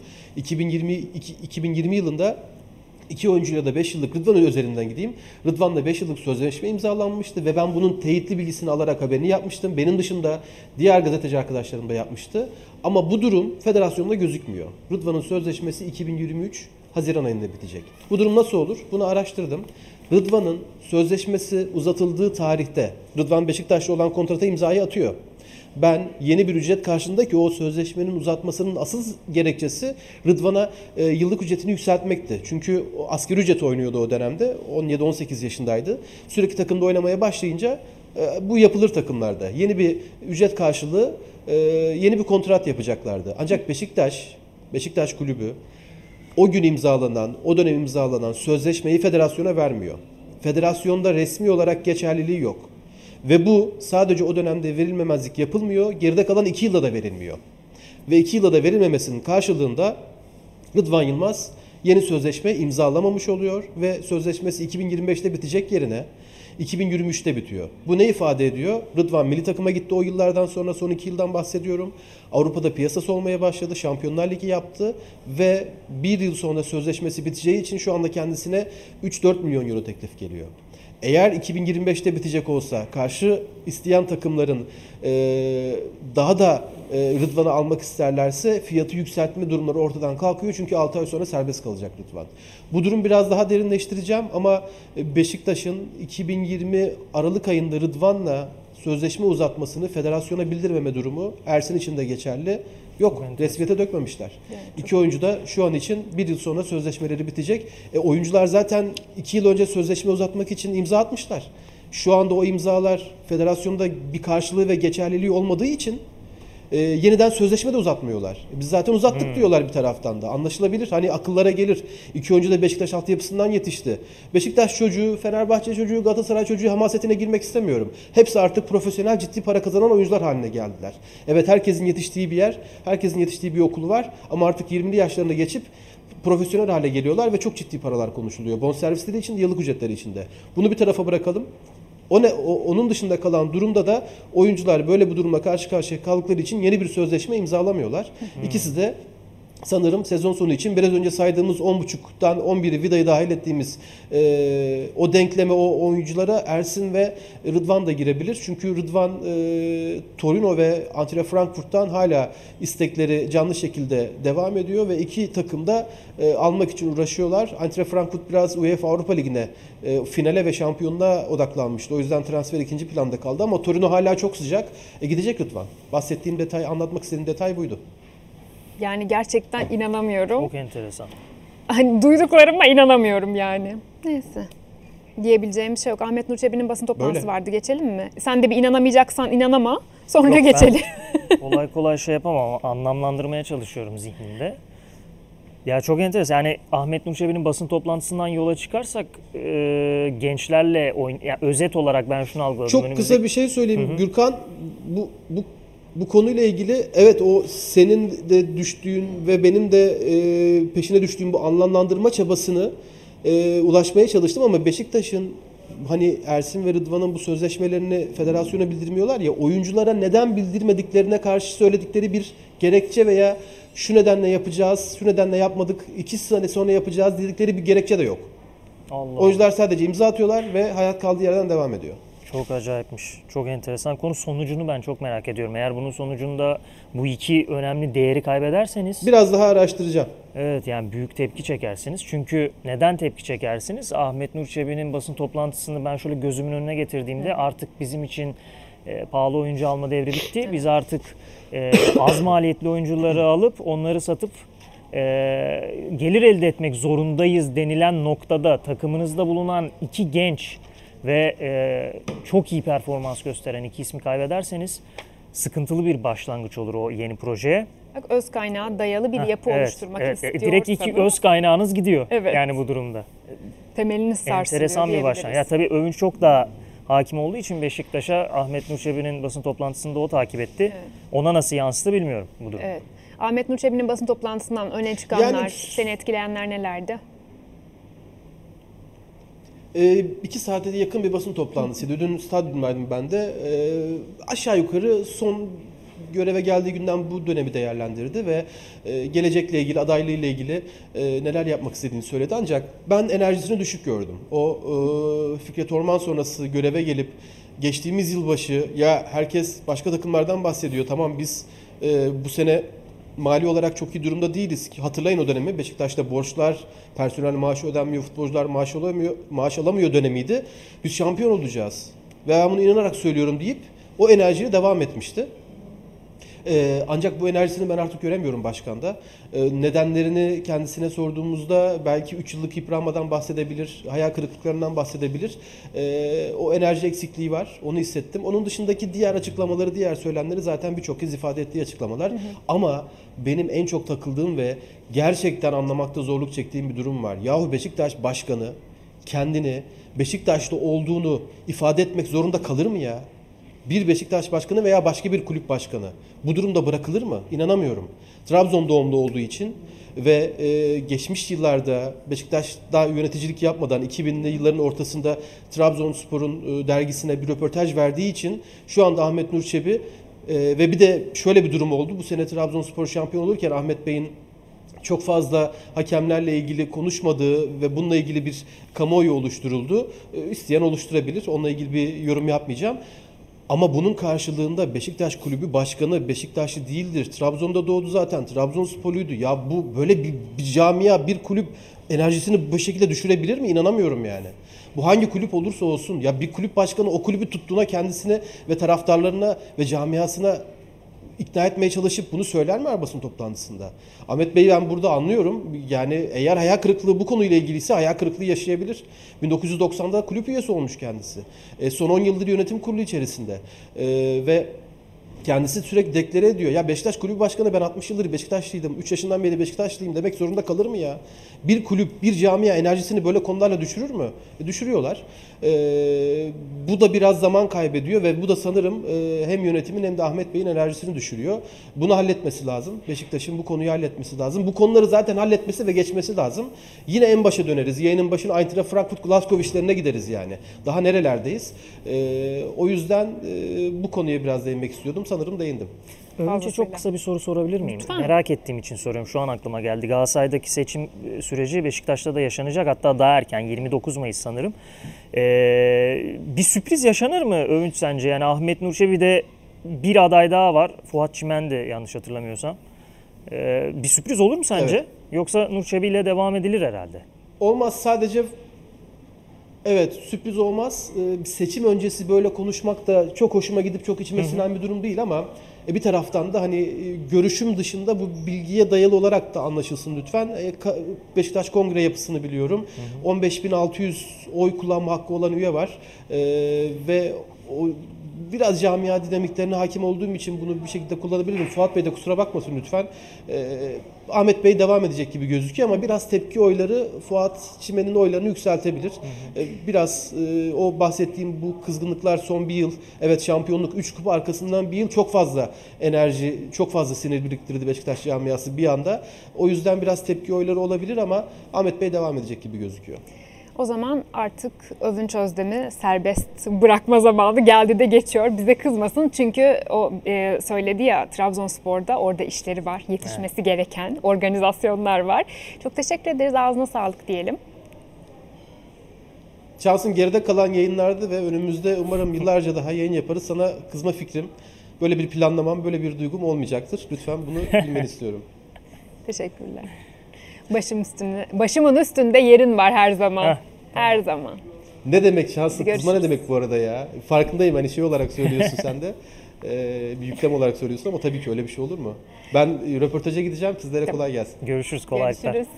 2020 yılında 2 oyuncuyla da 5 yıllık Rıdvan üzerinden gideyim. Rıdvan'la 5 yıllık sözleşme imzalanmıştı ve ben bunun teyitli bilgisini alarak haberini yapmıştım. Benim dışında diğer gazeteci arkadaşlarım da yapmıştı. Ama bu durum federasyonda gözükmüyor. Rıdvan'ın sözleşmesi 2023 Haziran ayında bitecek. Bu durum nasıl olur? Bunu araştırdım. Rıdvan'ın sözleşmesi uzatıldığı tarihte Rıdvan Beşiktaş'la olan kontrata imzayı atıyor. Ben yeni bir ücret karşılığında ki o sözleşmenin uzatmasının asıl gerekçesi Rıdvan'a yıllık ücretini yükseltmekti. Çünkü o asgari ücret oynuyordu o dönemde. 17-18 yaşındaydı. Sürekli takımda oynamaya başlayınca bu yapılır takımlarda. Yeni bir ücret karşılığı yeni bir kontrat yapacaklardı. Ancak Beşiktaş kulübü o gün imzalanan, o dönem imzalanan sözleşmeyi federasyona vermiyor. Federasyonda resmi olarak geçerliliği yok. Ve bu sadece o dönemde verilmemezlik yapılmıyor, geride kalan 2 yılda da verilmiyor. Ve 2 yılda da verilmemesinin karşılığında Rıdvan Yılmaz yeni sözleşme imzalamamış oluyor ve sözleşmesi 2025'te bitecek yerine 2023'te bitiyor. Bu ne ifade ediyor? Rıdvan milli takıma gitti o yıllardan sonra, son 2 yıldan bahsediyorum. Avrupa'da piyasası olmaya başladı, Şampiyonlar Ligi yaptı ve bir yıl sonra sözleşmesi biteceği için şu anda kendisine 3-4 milyon euro teklif geliyor. Eğer 2025'te bitecek olsa karşı isteyen takımların daha da Rıdvan'ı almak isterlerse fiyatı yükseltme durumları ortadan kalkıyor. Çünkü 6 ay sonra serbest kalacak Rıdvan. Bu durum biraz daha derinleştireceğim ama Beşiktaş'ın 2020 Aralık ayında Rıdvan'la sözleşme uzatmasını federasyona bildirmeme durumu Ersin için de geçerli. Yok, resmiyete dökmemişler. Yani İki oyuncu da şu an için bir yıl sonra sözleşmeleri bitecek. Oyuncular zaten 2 yıl önce sözleşme uzatmak için imza atmışlar. Şu anda o imzalar federasyonda bir karşılığı ve geçerliliği olmadığı için yeniden sözleşme de uzatmıyorlar. Biz zaten uzattık diyorlar bir taraftan da. Anlaşılabilir. Hani akıllara gelir. 2 oyuncu da Beşiktaş altyapısından yetişti. Beşiktaş çocuğu, Fenerbahçe çocuğu, Galatasaray çocuğu hamasetine girmek istemiyorum. Hepsi artık profesyonel, ciddi para kazanan oyuncular haline geldiler. Evet, herkesin yetiştiği bir yer, herkesin yetiştiği bir okul var ama artık 20'li yaşlarına geçip profesyonel hale geliyorlar ve çok ciddi paralar konuşuluyor. Bonservisleri için de, yıllık ücretleri için de. Bunu bir tarafa bırakalım. Onun dışında kalan durumda da oyuncular böyle bir durumla karşı karşıya kaldıkları için yeni bir sözleşme imzalamıyorlar. İkisi de sanırım sezon sonu için biraz önce saydığımız 10.5'tan 11'i Vida'yı dahil ettiğimiz o denkleme, o oyunculara Ersin ve Rıdvan da girebilir. Çünkü Rıdvan Torino ve Eintracht Frankfurt'tan hala istekleri canlı şekilde devam ediyor ve iki takım da almak için uğraşıyorlar. Eintracht Frankfurt biraz UEFA Avrupa Ligi'ne finale ve şampiyonluğa odaklanmıştı. O yüzden transfer ikinci planda kaldı ama Torino hala çok sıcak. Gidecek Rıdvan. Bahsettiğim detay, anlatmak istediğim detay buydu. Yani gerçekten inanamıyorum. Çok enteresan. Hani duyduklarıma inanamıyorum yani. Neyse. Diyebileceğim bir şey yok. Ahmet Nur Çebi'nin basın toplantısı Böyle. vardı. Geçelim mi? Sen de bir inanamayacaksan inanama. Sonra Yok, ben- geçelim. Kolay kolay şey yapamam ama anlamlandırmaya çalışıyorum zihnimde. Ya çok enteresan. Yani Ahmet Nur Çebi'nin basın toplantısından yola çıkarsak gençlerle yani özet olarak ben şunu algıladım. Çok kısa bir şey söyleyeyim. Gürkan, bu konuyla ilgili evet, o senin de düştüğün ve benim de peşine düştüğüm bu anlamlandırma çabasını ulaşmaya çalıştım ama Beşiktaş'ın hani Ersin ve Rıdvan'ın bu sözleşmelerini federasyona bildirmiyorlar ya, oyunculara neden bildirmediklerine karşı söyledikleri bir gerekçe veya şu nedenle yapacağız, şu nedenle yapmadık, 2 sene sonra yapacağız dedikleri bir gerekçe de yok. Allah. Oyuncular sadece imza atıyorlar ve hayat kaldığı yerden devam ediyor. Çok acayipmiş. Çok enteresan konu. Sonucunu ben çok merak ediyorum. Eğer bunun sonucunda bu iki önemli değeri kaybederseniz Biraz daha araştıracağım. evet yani büyük tepki çekersiniz. Çünkü neden tepki çekersiniz? Ahmet Nur Çebi'nin basın toplantısını ben şöyle gözümün önüne getirdiğimde artık bizim için pahalı oyuncu alma devri bitti. Biz artık az maliyetli oyuncuları alıp onları satıp gelir elde etmek zorundayız denilen noktada takımınızda bulunan iki genç ve çok iyi performans gösteren iki ismi kaybederseniz sıkıntılı bir başlangıç olur o yeni projeye. Bak, öz kaynağa dayalı bir yapı oluşturmak istiyorsanız. Direkt iki öz kaynağınız gidiyor Evet. yani bu durumda. Temeliniz sarsılıyor Enteresan bir diyebiliriz. başlangıç. Ya tabii Övünç çok daha hakim olduğu için Beşiktaş'a Ahmet Nur Çebi'nin basın toplantısında o takip etti. Evet. Ona nasıl yansıdı bilmiyorum bu durum. Evet. Ahmet Nur Çebi'nin basın toplantısından öne çıkanlar, Yani- seni etkileyenler nelerdi? 2 saate de yakın bir basın toplantısıydı. Dün stadyumdaydım ben de. Aşağı yukarı son göreve geldiği günden bu dönemi değerlendirdi ve gelecekle ilgili, adaylığıyla ilgili neler yapmak istediğini söyledi. Ancak ben enerjisini düşük gördüm. O Fikret Orman sonrası göreve gelip geçtiğimiz yılbaşı ya herkes başka takımlardan bahsediyor. Tamam biz bu sene mali olarak çok iyi durumda değiliz. Hatırlayın o dönemi. Beşiktaş'ta borçlar, personel maaşı ödenmiyor, futbolcular maaş alamıyor dönemiydi. Biz şampiyon olacağız. Ve ben bunu inanarak söylüyorum deyip o enerjiyle devam etmişti. Ancak bu enerjisini ben artık göremiyorum başkanda. Nedenlerini kendisine sorduğumuzda belki 3 yıllık yıpranmadan bahsedebilir, hayal kırıklıklarından bahsedebilir. O enerji eksikliği var, onu hissettim. Onun dışındaki diğer açıklamaları, diğer söylemleri zaten birçok kez ifade ettiği açıklamalar. Ama benim en çok takıldığım ve gerçekten anlamakta zorluk çektiğim bir durum var. Yahu Beşiktaş Başkanı kendini Beşiktaş'ta olduğunu ifade etmek zorunda kalır mı ya? Bir Beşiktaş başkanı veya başka bir kulüp başkanı bu durumda bırakılır mı? İnanamıyorum. Trabzon doğumlu olduğu için ve geçmiş yıllarda Beşiktaş'ta yöneticilik yapmadan 2000'li yılların ortasında Trabzonspor'un dergisine bir röportaj verdiği için şu anda Ahmet Nur Çebi ve bir de şöyle bir durum oldu. Bu sene Trabzonspor şampiyon olurken Ahmet Bey'in çok fazla hakemlerle ilgili konuşmadığı ve bununla ilgili bir kamuoyu oluşturuldu. İsteyen oluşturabilir. Onunla ilgili bir yorum yapmayacağım. Ama bunun karşılığında Beşiktaş Kulübü Başkanı Beşiktaşlı değildir. Trabzon'da doğdu zaten. Trabzonsporluydu. Ya bu böyle bir camia, bir kulüp enerjisini bu şekilde düşürebilir mi? İnanamıyorum yani. Bu hangi kulüp olursa olsun. Ya bir kulüp başkanı o kulübü tuttuğuna kendisine ve taraftarlarına ve camiasına ikna etmeye çalışıp bunu söyler mi basın toplantısında? Ahmet Bey'i ben burada anlıyorum. Yani eğer hayal kırıklığı bu konuyla ilgiliyse hayal kırıklığı yaşayabilir. 1990'da kulüp üyesi olmuş kendisi. Son 10 yıldır yönetim kurulu içerisinde. Ve kendisi sürekli deklare ediyor. Ya Beşiktaş Kulübü Başkanı ben 60 yıldır Beşiktaşlıydım. 3 yaşından beri Beşiktaşlıyım demek zorunda kalır mı ya? Bir kulüp, bir camia enerjisini böyle konularla düşürür mü? Düşürüyorlar. Bu da biraz zaman kaybediyor ve bu da sanırım hem yönetimin hem de Ahmet Bey'in enerjisini düşürüyor. Bunu halletmesi lazım. Beşiktaş'ın bu konuyu halletmesi lazım. Bu konuları zaten halletmesi ve geçmesi lazım. Yine en başa döneriz. Yayının başına Eintracht Frankfurt Glasgow işlerine gideriz yani. Daha nerelerdeyiz? O yüzden bu konuya biraz değinmek istiyordum. Sanırım değindim. Önce Fazlasıyla. çok kısa bir soru sorabilir miyim? Lütfen. Merak ettiğim için soruyorum. Şu an aklıma geldi. Galatasaray'daki seçim süreci Beşiktaş'ta da yaşanacak. Hatta daha erken 29 Mayıs sanırım. Bir sürpriz yaşanır mı Övünç sence? Yani Ahmet Nur Çebi'de bir aday daha var. Fuat Çimen de yanlış hatırlamıyorsam. Bir sürpriz olur mu sence? Evet. Yoksa Nur Çebi ile devam edilir herhalde. Olmaz sadece evet sürpriz olmaz. Seçim öncesi böyle konuşmak da çok hoşuma gidip çok içime sinen bir durum değil ama bir taraftan da hani görüşüm dışında bu bilgiye dayalı olarak da anlaşılsın lütfen. Beşiktaş Kongre yapısını biliyorum. 15.600 oy kullanma hakkı olan üye var. Ve o biraz camia dinamiklerine hakim olduğum için bunu bir şekilde kullanabilirim. Fuat Bey de kusura bakmasın lütfen. Ahmet Bey devam edecek gibi gözüküyor ama biraz tepki oyları Fuat Çimen'in oylarını yükseltebilir. Biraz o bahsettiğim bu kızgınlıklar son bir yıl, evet şampiyonluk 3 kupa arkasından bir yıl çok fazla enerji, çok fazla sinir biriktirdi Beşiktaş camiası bir anda. O yüzden biraz tepki oyları olabilir ama Ahmet Bey devam edecek gibi gözüküyor. O zaman artık Övünç Özdem'i serbest bırakma zamanı geldi de geçiyor. Bize kızmasın çünkü o söyledi ya Trabzonspor'da orada işleri var. Yetişmesi gereken organizasyonlar var. Çok teşekkür ederiz. Ağzına sağlık diyelim. Çalsın geride kalan yayınlarda ve önümüzde umarım yıllarca daha yayın yaparız. Sana kızma fikrim, böyle bir planlamam, böyle bir duygum olmayacaktır. Lütfen bunu bilmeni istiyorum. Teşekkürler. Başımın üstünde yerin var her zaman. Heh. Her zaman. Ne demek Çalsın? Görüşürüz. Kızma ne demek bu arada ya? Farkındayım, hani şey olarak söylüyorsun sen de. Bir yüklem olarak söylüyorsun ama tabii ki öyle bir şey olur mu? Ben röportaja gideceğim. Sizlere kolay gelsin. Görüşürüz, kolaylıklar. Görüşürüz.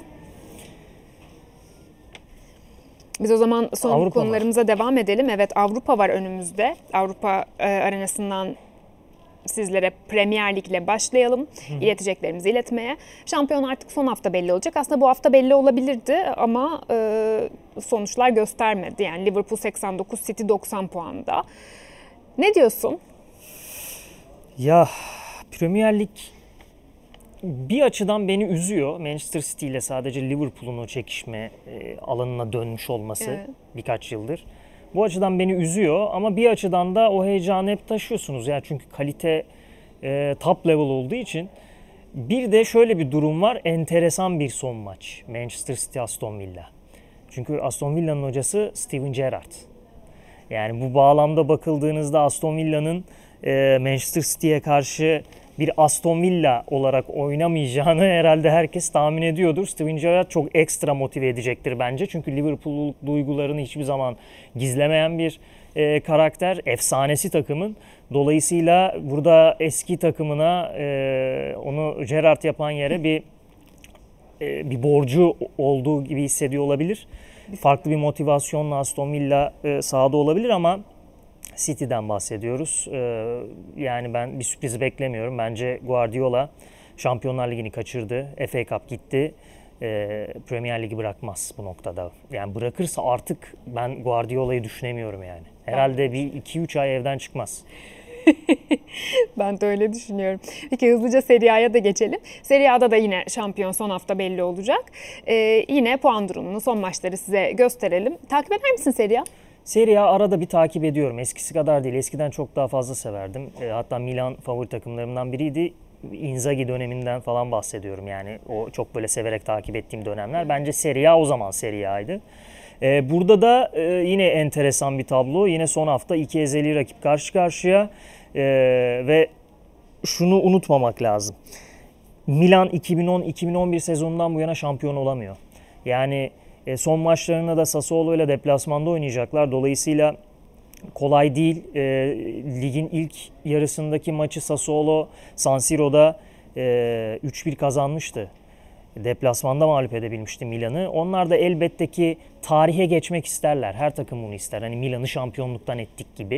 Biz o zaman son Avrupa konularımıza devam edelim. Evet, Avrupa var önümüzde. Avrupa arenasından sizlere Premier Lig'le başlayalım. İleteceklerimizi iletmeye. Şampiyon artık son hafta belli olacak. Aslında bu hafta belli olabilirdi ama sonuçlar göstermedi. Yani Liverpool 89, City 90 puanda. Ne diyorsun? Ya Premier Lig bir açıdan beni üzüyor. Manchester City ile sadece Liverpool'un o çekişme alanına dönmüş olması Evet. birkaç yıldır. Bu açıdan beni üzüyor ama bir açıdan da o heyecanı hep taşıyorsunuz. Yani çünkü kalite top level olduğu için. Bir de şöyle bir durum var. Enteresan bir son maç. Manchester City Aston Villa. Çünkü Aston Villa'nın hocası Steven Gerrard. Yani bu bağlamda bakıldığınızda Aston Villa'nın Manchester City'ye karşı bir Aston Villa olarak oynamayacağını herhalde herkes tahmin ediyordur. Steven Gerrard çok ekstra motive edecektir bence. Çünkü Liverpool duygularını hiçbir zaman gizlemeyen bir karakter. Efsanesi takımın. Dolayısıyla burada eski takımına onu Gerrard yapan yere bir borcu olduğu gibi hissediyor olabilir. Farklı bir motivasyonla Aston Villa sahada olabilir ama City'den bahsediyoruz. Yani ben bir sürpriz beklemiyorum. Bence Guardiola Şampiyonlar Ligi'ni kaçırdı. FA Cup gitti. Premier Ligi bırakmaz bu noktada. Yani bırakırsa artık ben Guardiola'yı düşünemiyorum yani. Herhalde bir 2-3 ay evden çıkmaz. Ben de öyle düşünüyorum. Peki hızlıca Serie A'ya da geçelim. Serie A'da da yine şampiyon son hafta belli olacak. Yine puan durumunu, son maçları size gösterelim. Takip eder misin Serie A? Serie A arada bir takip ediyorum. Eskisi kadar değil. Eskiden çok daha fazla severdim. Hatta Milan favori takımlarımdan biriydi. Inzaghi döneminden falan bahsediyorum. Yani o çok böyle severek takip ettiğim dönemler. Bence Serie A o zaman Serie A'ydı. Burada da yine enteresan bir tablo. Yine son hafta iki ezeli rakip karşı karşıya. Ve şunu unutmamak lazım. Milan 2010-2011 sezonundan bu yana şampiyon olamıyor. Yani son maçlarında da Sassuolo ile deplasmanda oynayacaklar. Dolayısıyla kolay değil. Ligin ilk yarısındaki maçı Sassuolo San Siro'da 3-1 kazanmıştı. Deplasmanda mağlup edebilmişti Milan'ı. Onlar da elbette ki tarihe geçmek isterler. Her takım bunu ister. Hani Milan'ı şampiyonluktan ettik gibi.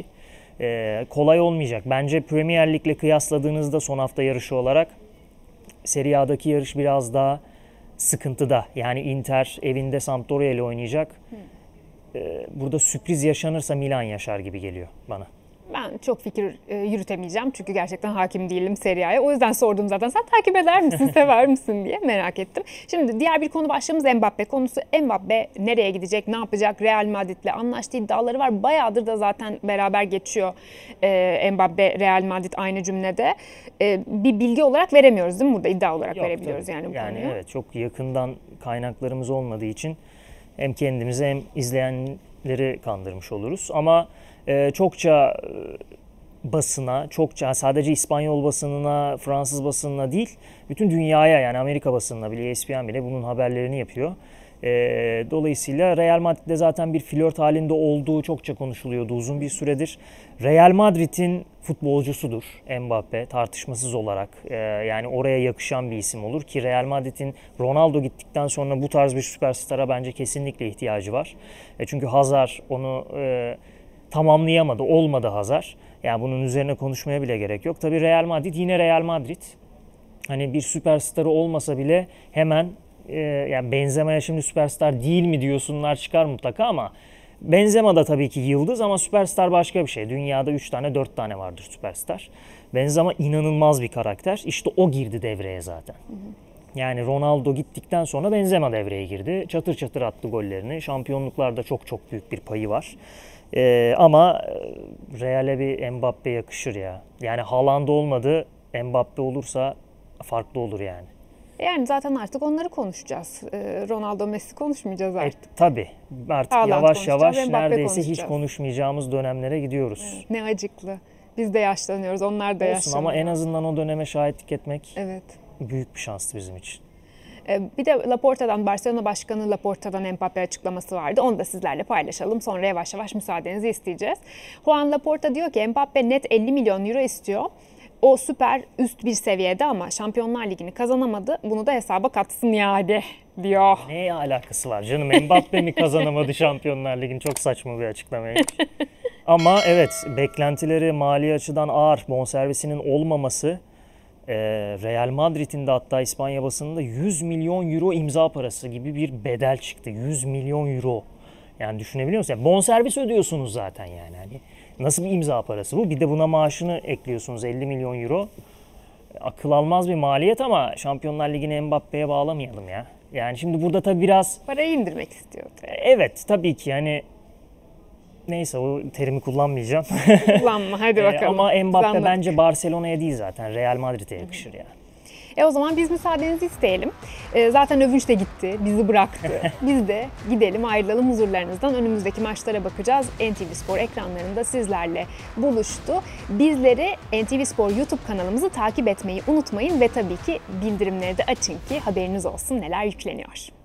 Kolay olmayacak. Bence Premier Lig'le kıyasladığınızda son hafta yarışı olarak Serie A'daki yarış biraz daha sıkıntıda. Yani Inter evinde Sampdoria ile oynayacak. Burada sürpriz yaşanırsa Milan yaşar gibi geliyor bana. Ben çok fikir yürütemeyeceğim çünkü gerçekten hakim değilim Serie A'ya. O yüzden sordum zaten. Sen takip eder misin, sever misin diye merak ettim. Şimdi diğer bir konu başlığımız Mbappe konusu. Mbappe nereye gidecek, ne yapacak? Real Madrid'le anlaştığı iddiaları var. Bayağıdır da zaten beraber geçiyor Mbappe, Real Madrid aynı cümlede. Bir bilgi olarak veremiyoruz değil mi burada? İddia olarak Yok, verebiliyoruz tabii. yani bu Yani konuyu. evet, çok yakından kaynaklarımız olmadığı için hem kendimizi hem izleyenleri kandırmış oluruz. Ama çokça basına, çokça sadece İspanyol basınına, Fransız basınına değil, bütün dünyaya yani Amerika basınına bile, ESPN bile bunun haberlerini yapıyor. Dolayısıyla Real Madrid'de zaten bir flört halinde olduğu çokça konuşuluyordu uzun bir süredir. Real Madrid'in futbolcusudur Mbappe tartışmasız olarak. Yani oraya yakışan bir isim olur ki Real Madrid'in Ronaldo gittikten sonra bu tarz bir süperstara bence kesinlikle ihtiyacı var. Çünkü Hazard onu tamamlayamadı, olmadı Hazard. Yani bunun üzerine konuşmaya bile gerek yok. Tabii Real Madrid yine Real Madrid. Hani bir süperstarı olmasa bile hemen yani Benzema'ya şimdi süperstar değil mi diyorsunlar çıkar mutlaka ama Benzema da tabii ki yıldız ama süperstar başka bir şey. Dünyada 3 tane 4 tane vardır süperstar. Benzema inanılmaz bir karakter. İşte o girdi devreye zaten. Yani Ronaldo gittikten sonra Benzema devreye girdi. Çatır çatır attı gollerini. Şampiyonluklarda çok çok büyük bir payı var. Ama Real'e bir Mbappe yakışır ya. Yani Haaland olmadı, Mbappe olursa farklı olur yani. Yani zaten artık onları konuşacağız. Ronaldo, Messi konuşmayacağız artık. Tabii artık Haaland yavaş yavaş konuşacağız, Mbappe neredeyse hiç konuşacağız. konuşmayacağımız dönemlere gidiyoruz. Ne acıklı. Biz de yaşlanıyoruz, onlar da Olsun yaşlanıyor. ama en azından o döneme şahitlik etmek Evet. büyük bir şanstı bizim için. Bir de Laporta'dan, Barcelona Başkanı Laporta'dan Mbappe açıklaması vardı. Onu da sizlerle paylaşalım. Sonra yavaş yavaş müsaadenizi isteyeceğiz. Juan Laporta diyor ki Mbappe net 50 milyon euro istiyor. O süper üst bir seviyede ama Şampiyonlar Ligi'ni kazanamadı. Bunu da hesaba katsın yani diyor. Ne alakası var canım? Mbappe mi kazanamadı Şampiyonlar Ligi'ni? Çok saçma bir açıklamaymış. Ama evet, beklentileri mali açıdan ağır, bonservisinin olmaması, Real Madrid'in de hatta İspanya basınında 100 milyon euro imza parası gibi bir bedel çıktı. 100 milyon euro. Yani düşünebiliyor musun? Yani bonservis ödüyorsunuz zaten yani. Hani nasıl bir imza parası bu? Bir de buna maaşını ekliyorsunuz 50 milyon euro. Akıl almaz bir maliyet ama Şampiyonlar Ligi'ni Mbappe'ye bağlamayalım ya. Yani şimdi burada tabii biraz... Parayı indirmek istiyor. Evet tabii ki yani... Neyse o terimi kullanmayacağım. Kullanma hadi bakalım. Ama Mbappe Kullanma. bence Barcelona'ya değil zaten. Real Madrid'e yakışır ya. O zaman biz müsaadenizi isteyelim. Zaten Övünç de gitti, bizi bıraktı. Biz de gidelim, ayrılalım huzurlarınızdan. Önümüzdeki maçlara bakacağız. NTV Spor ekranlarında sizlerle buluştu. Bizleri NTV Spor YouTube kanalımızı takip etmeyi unutmayın ve tabii ki bildirimleri de açın ki haberiniz olsun neler yükleniyor.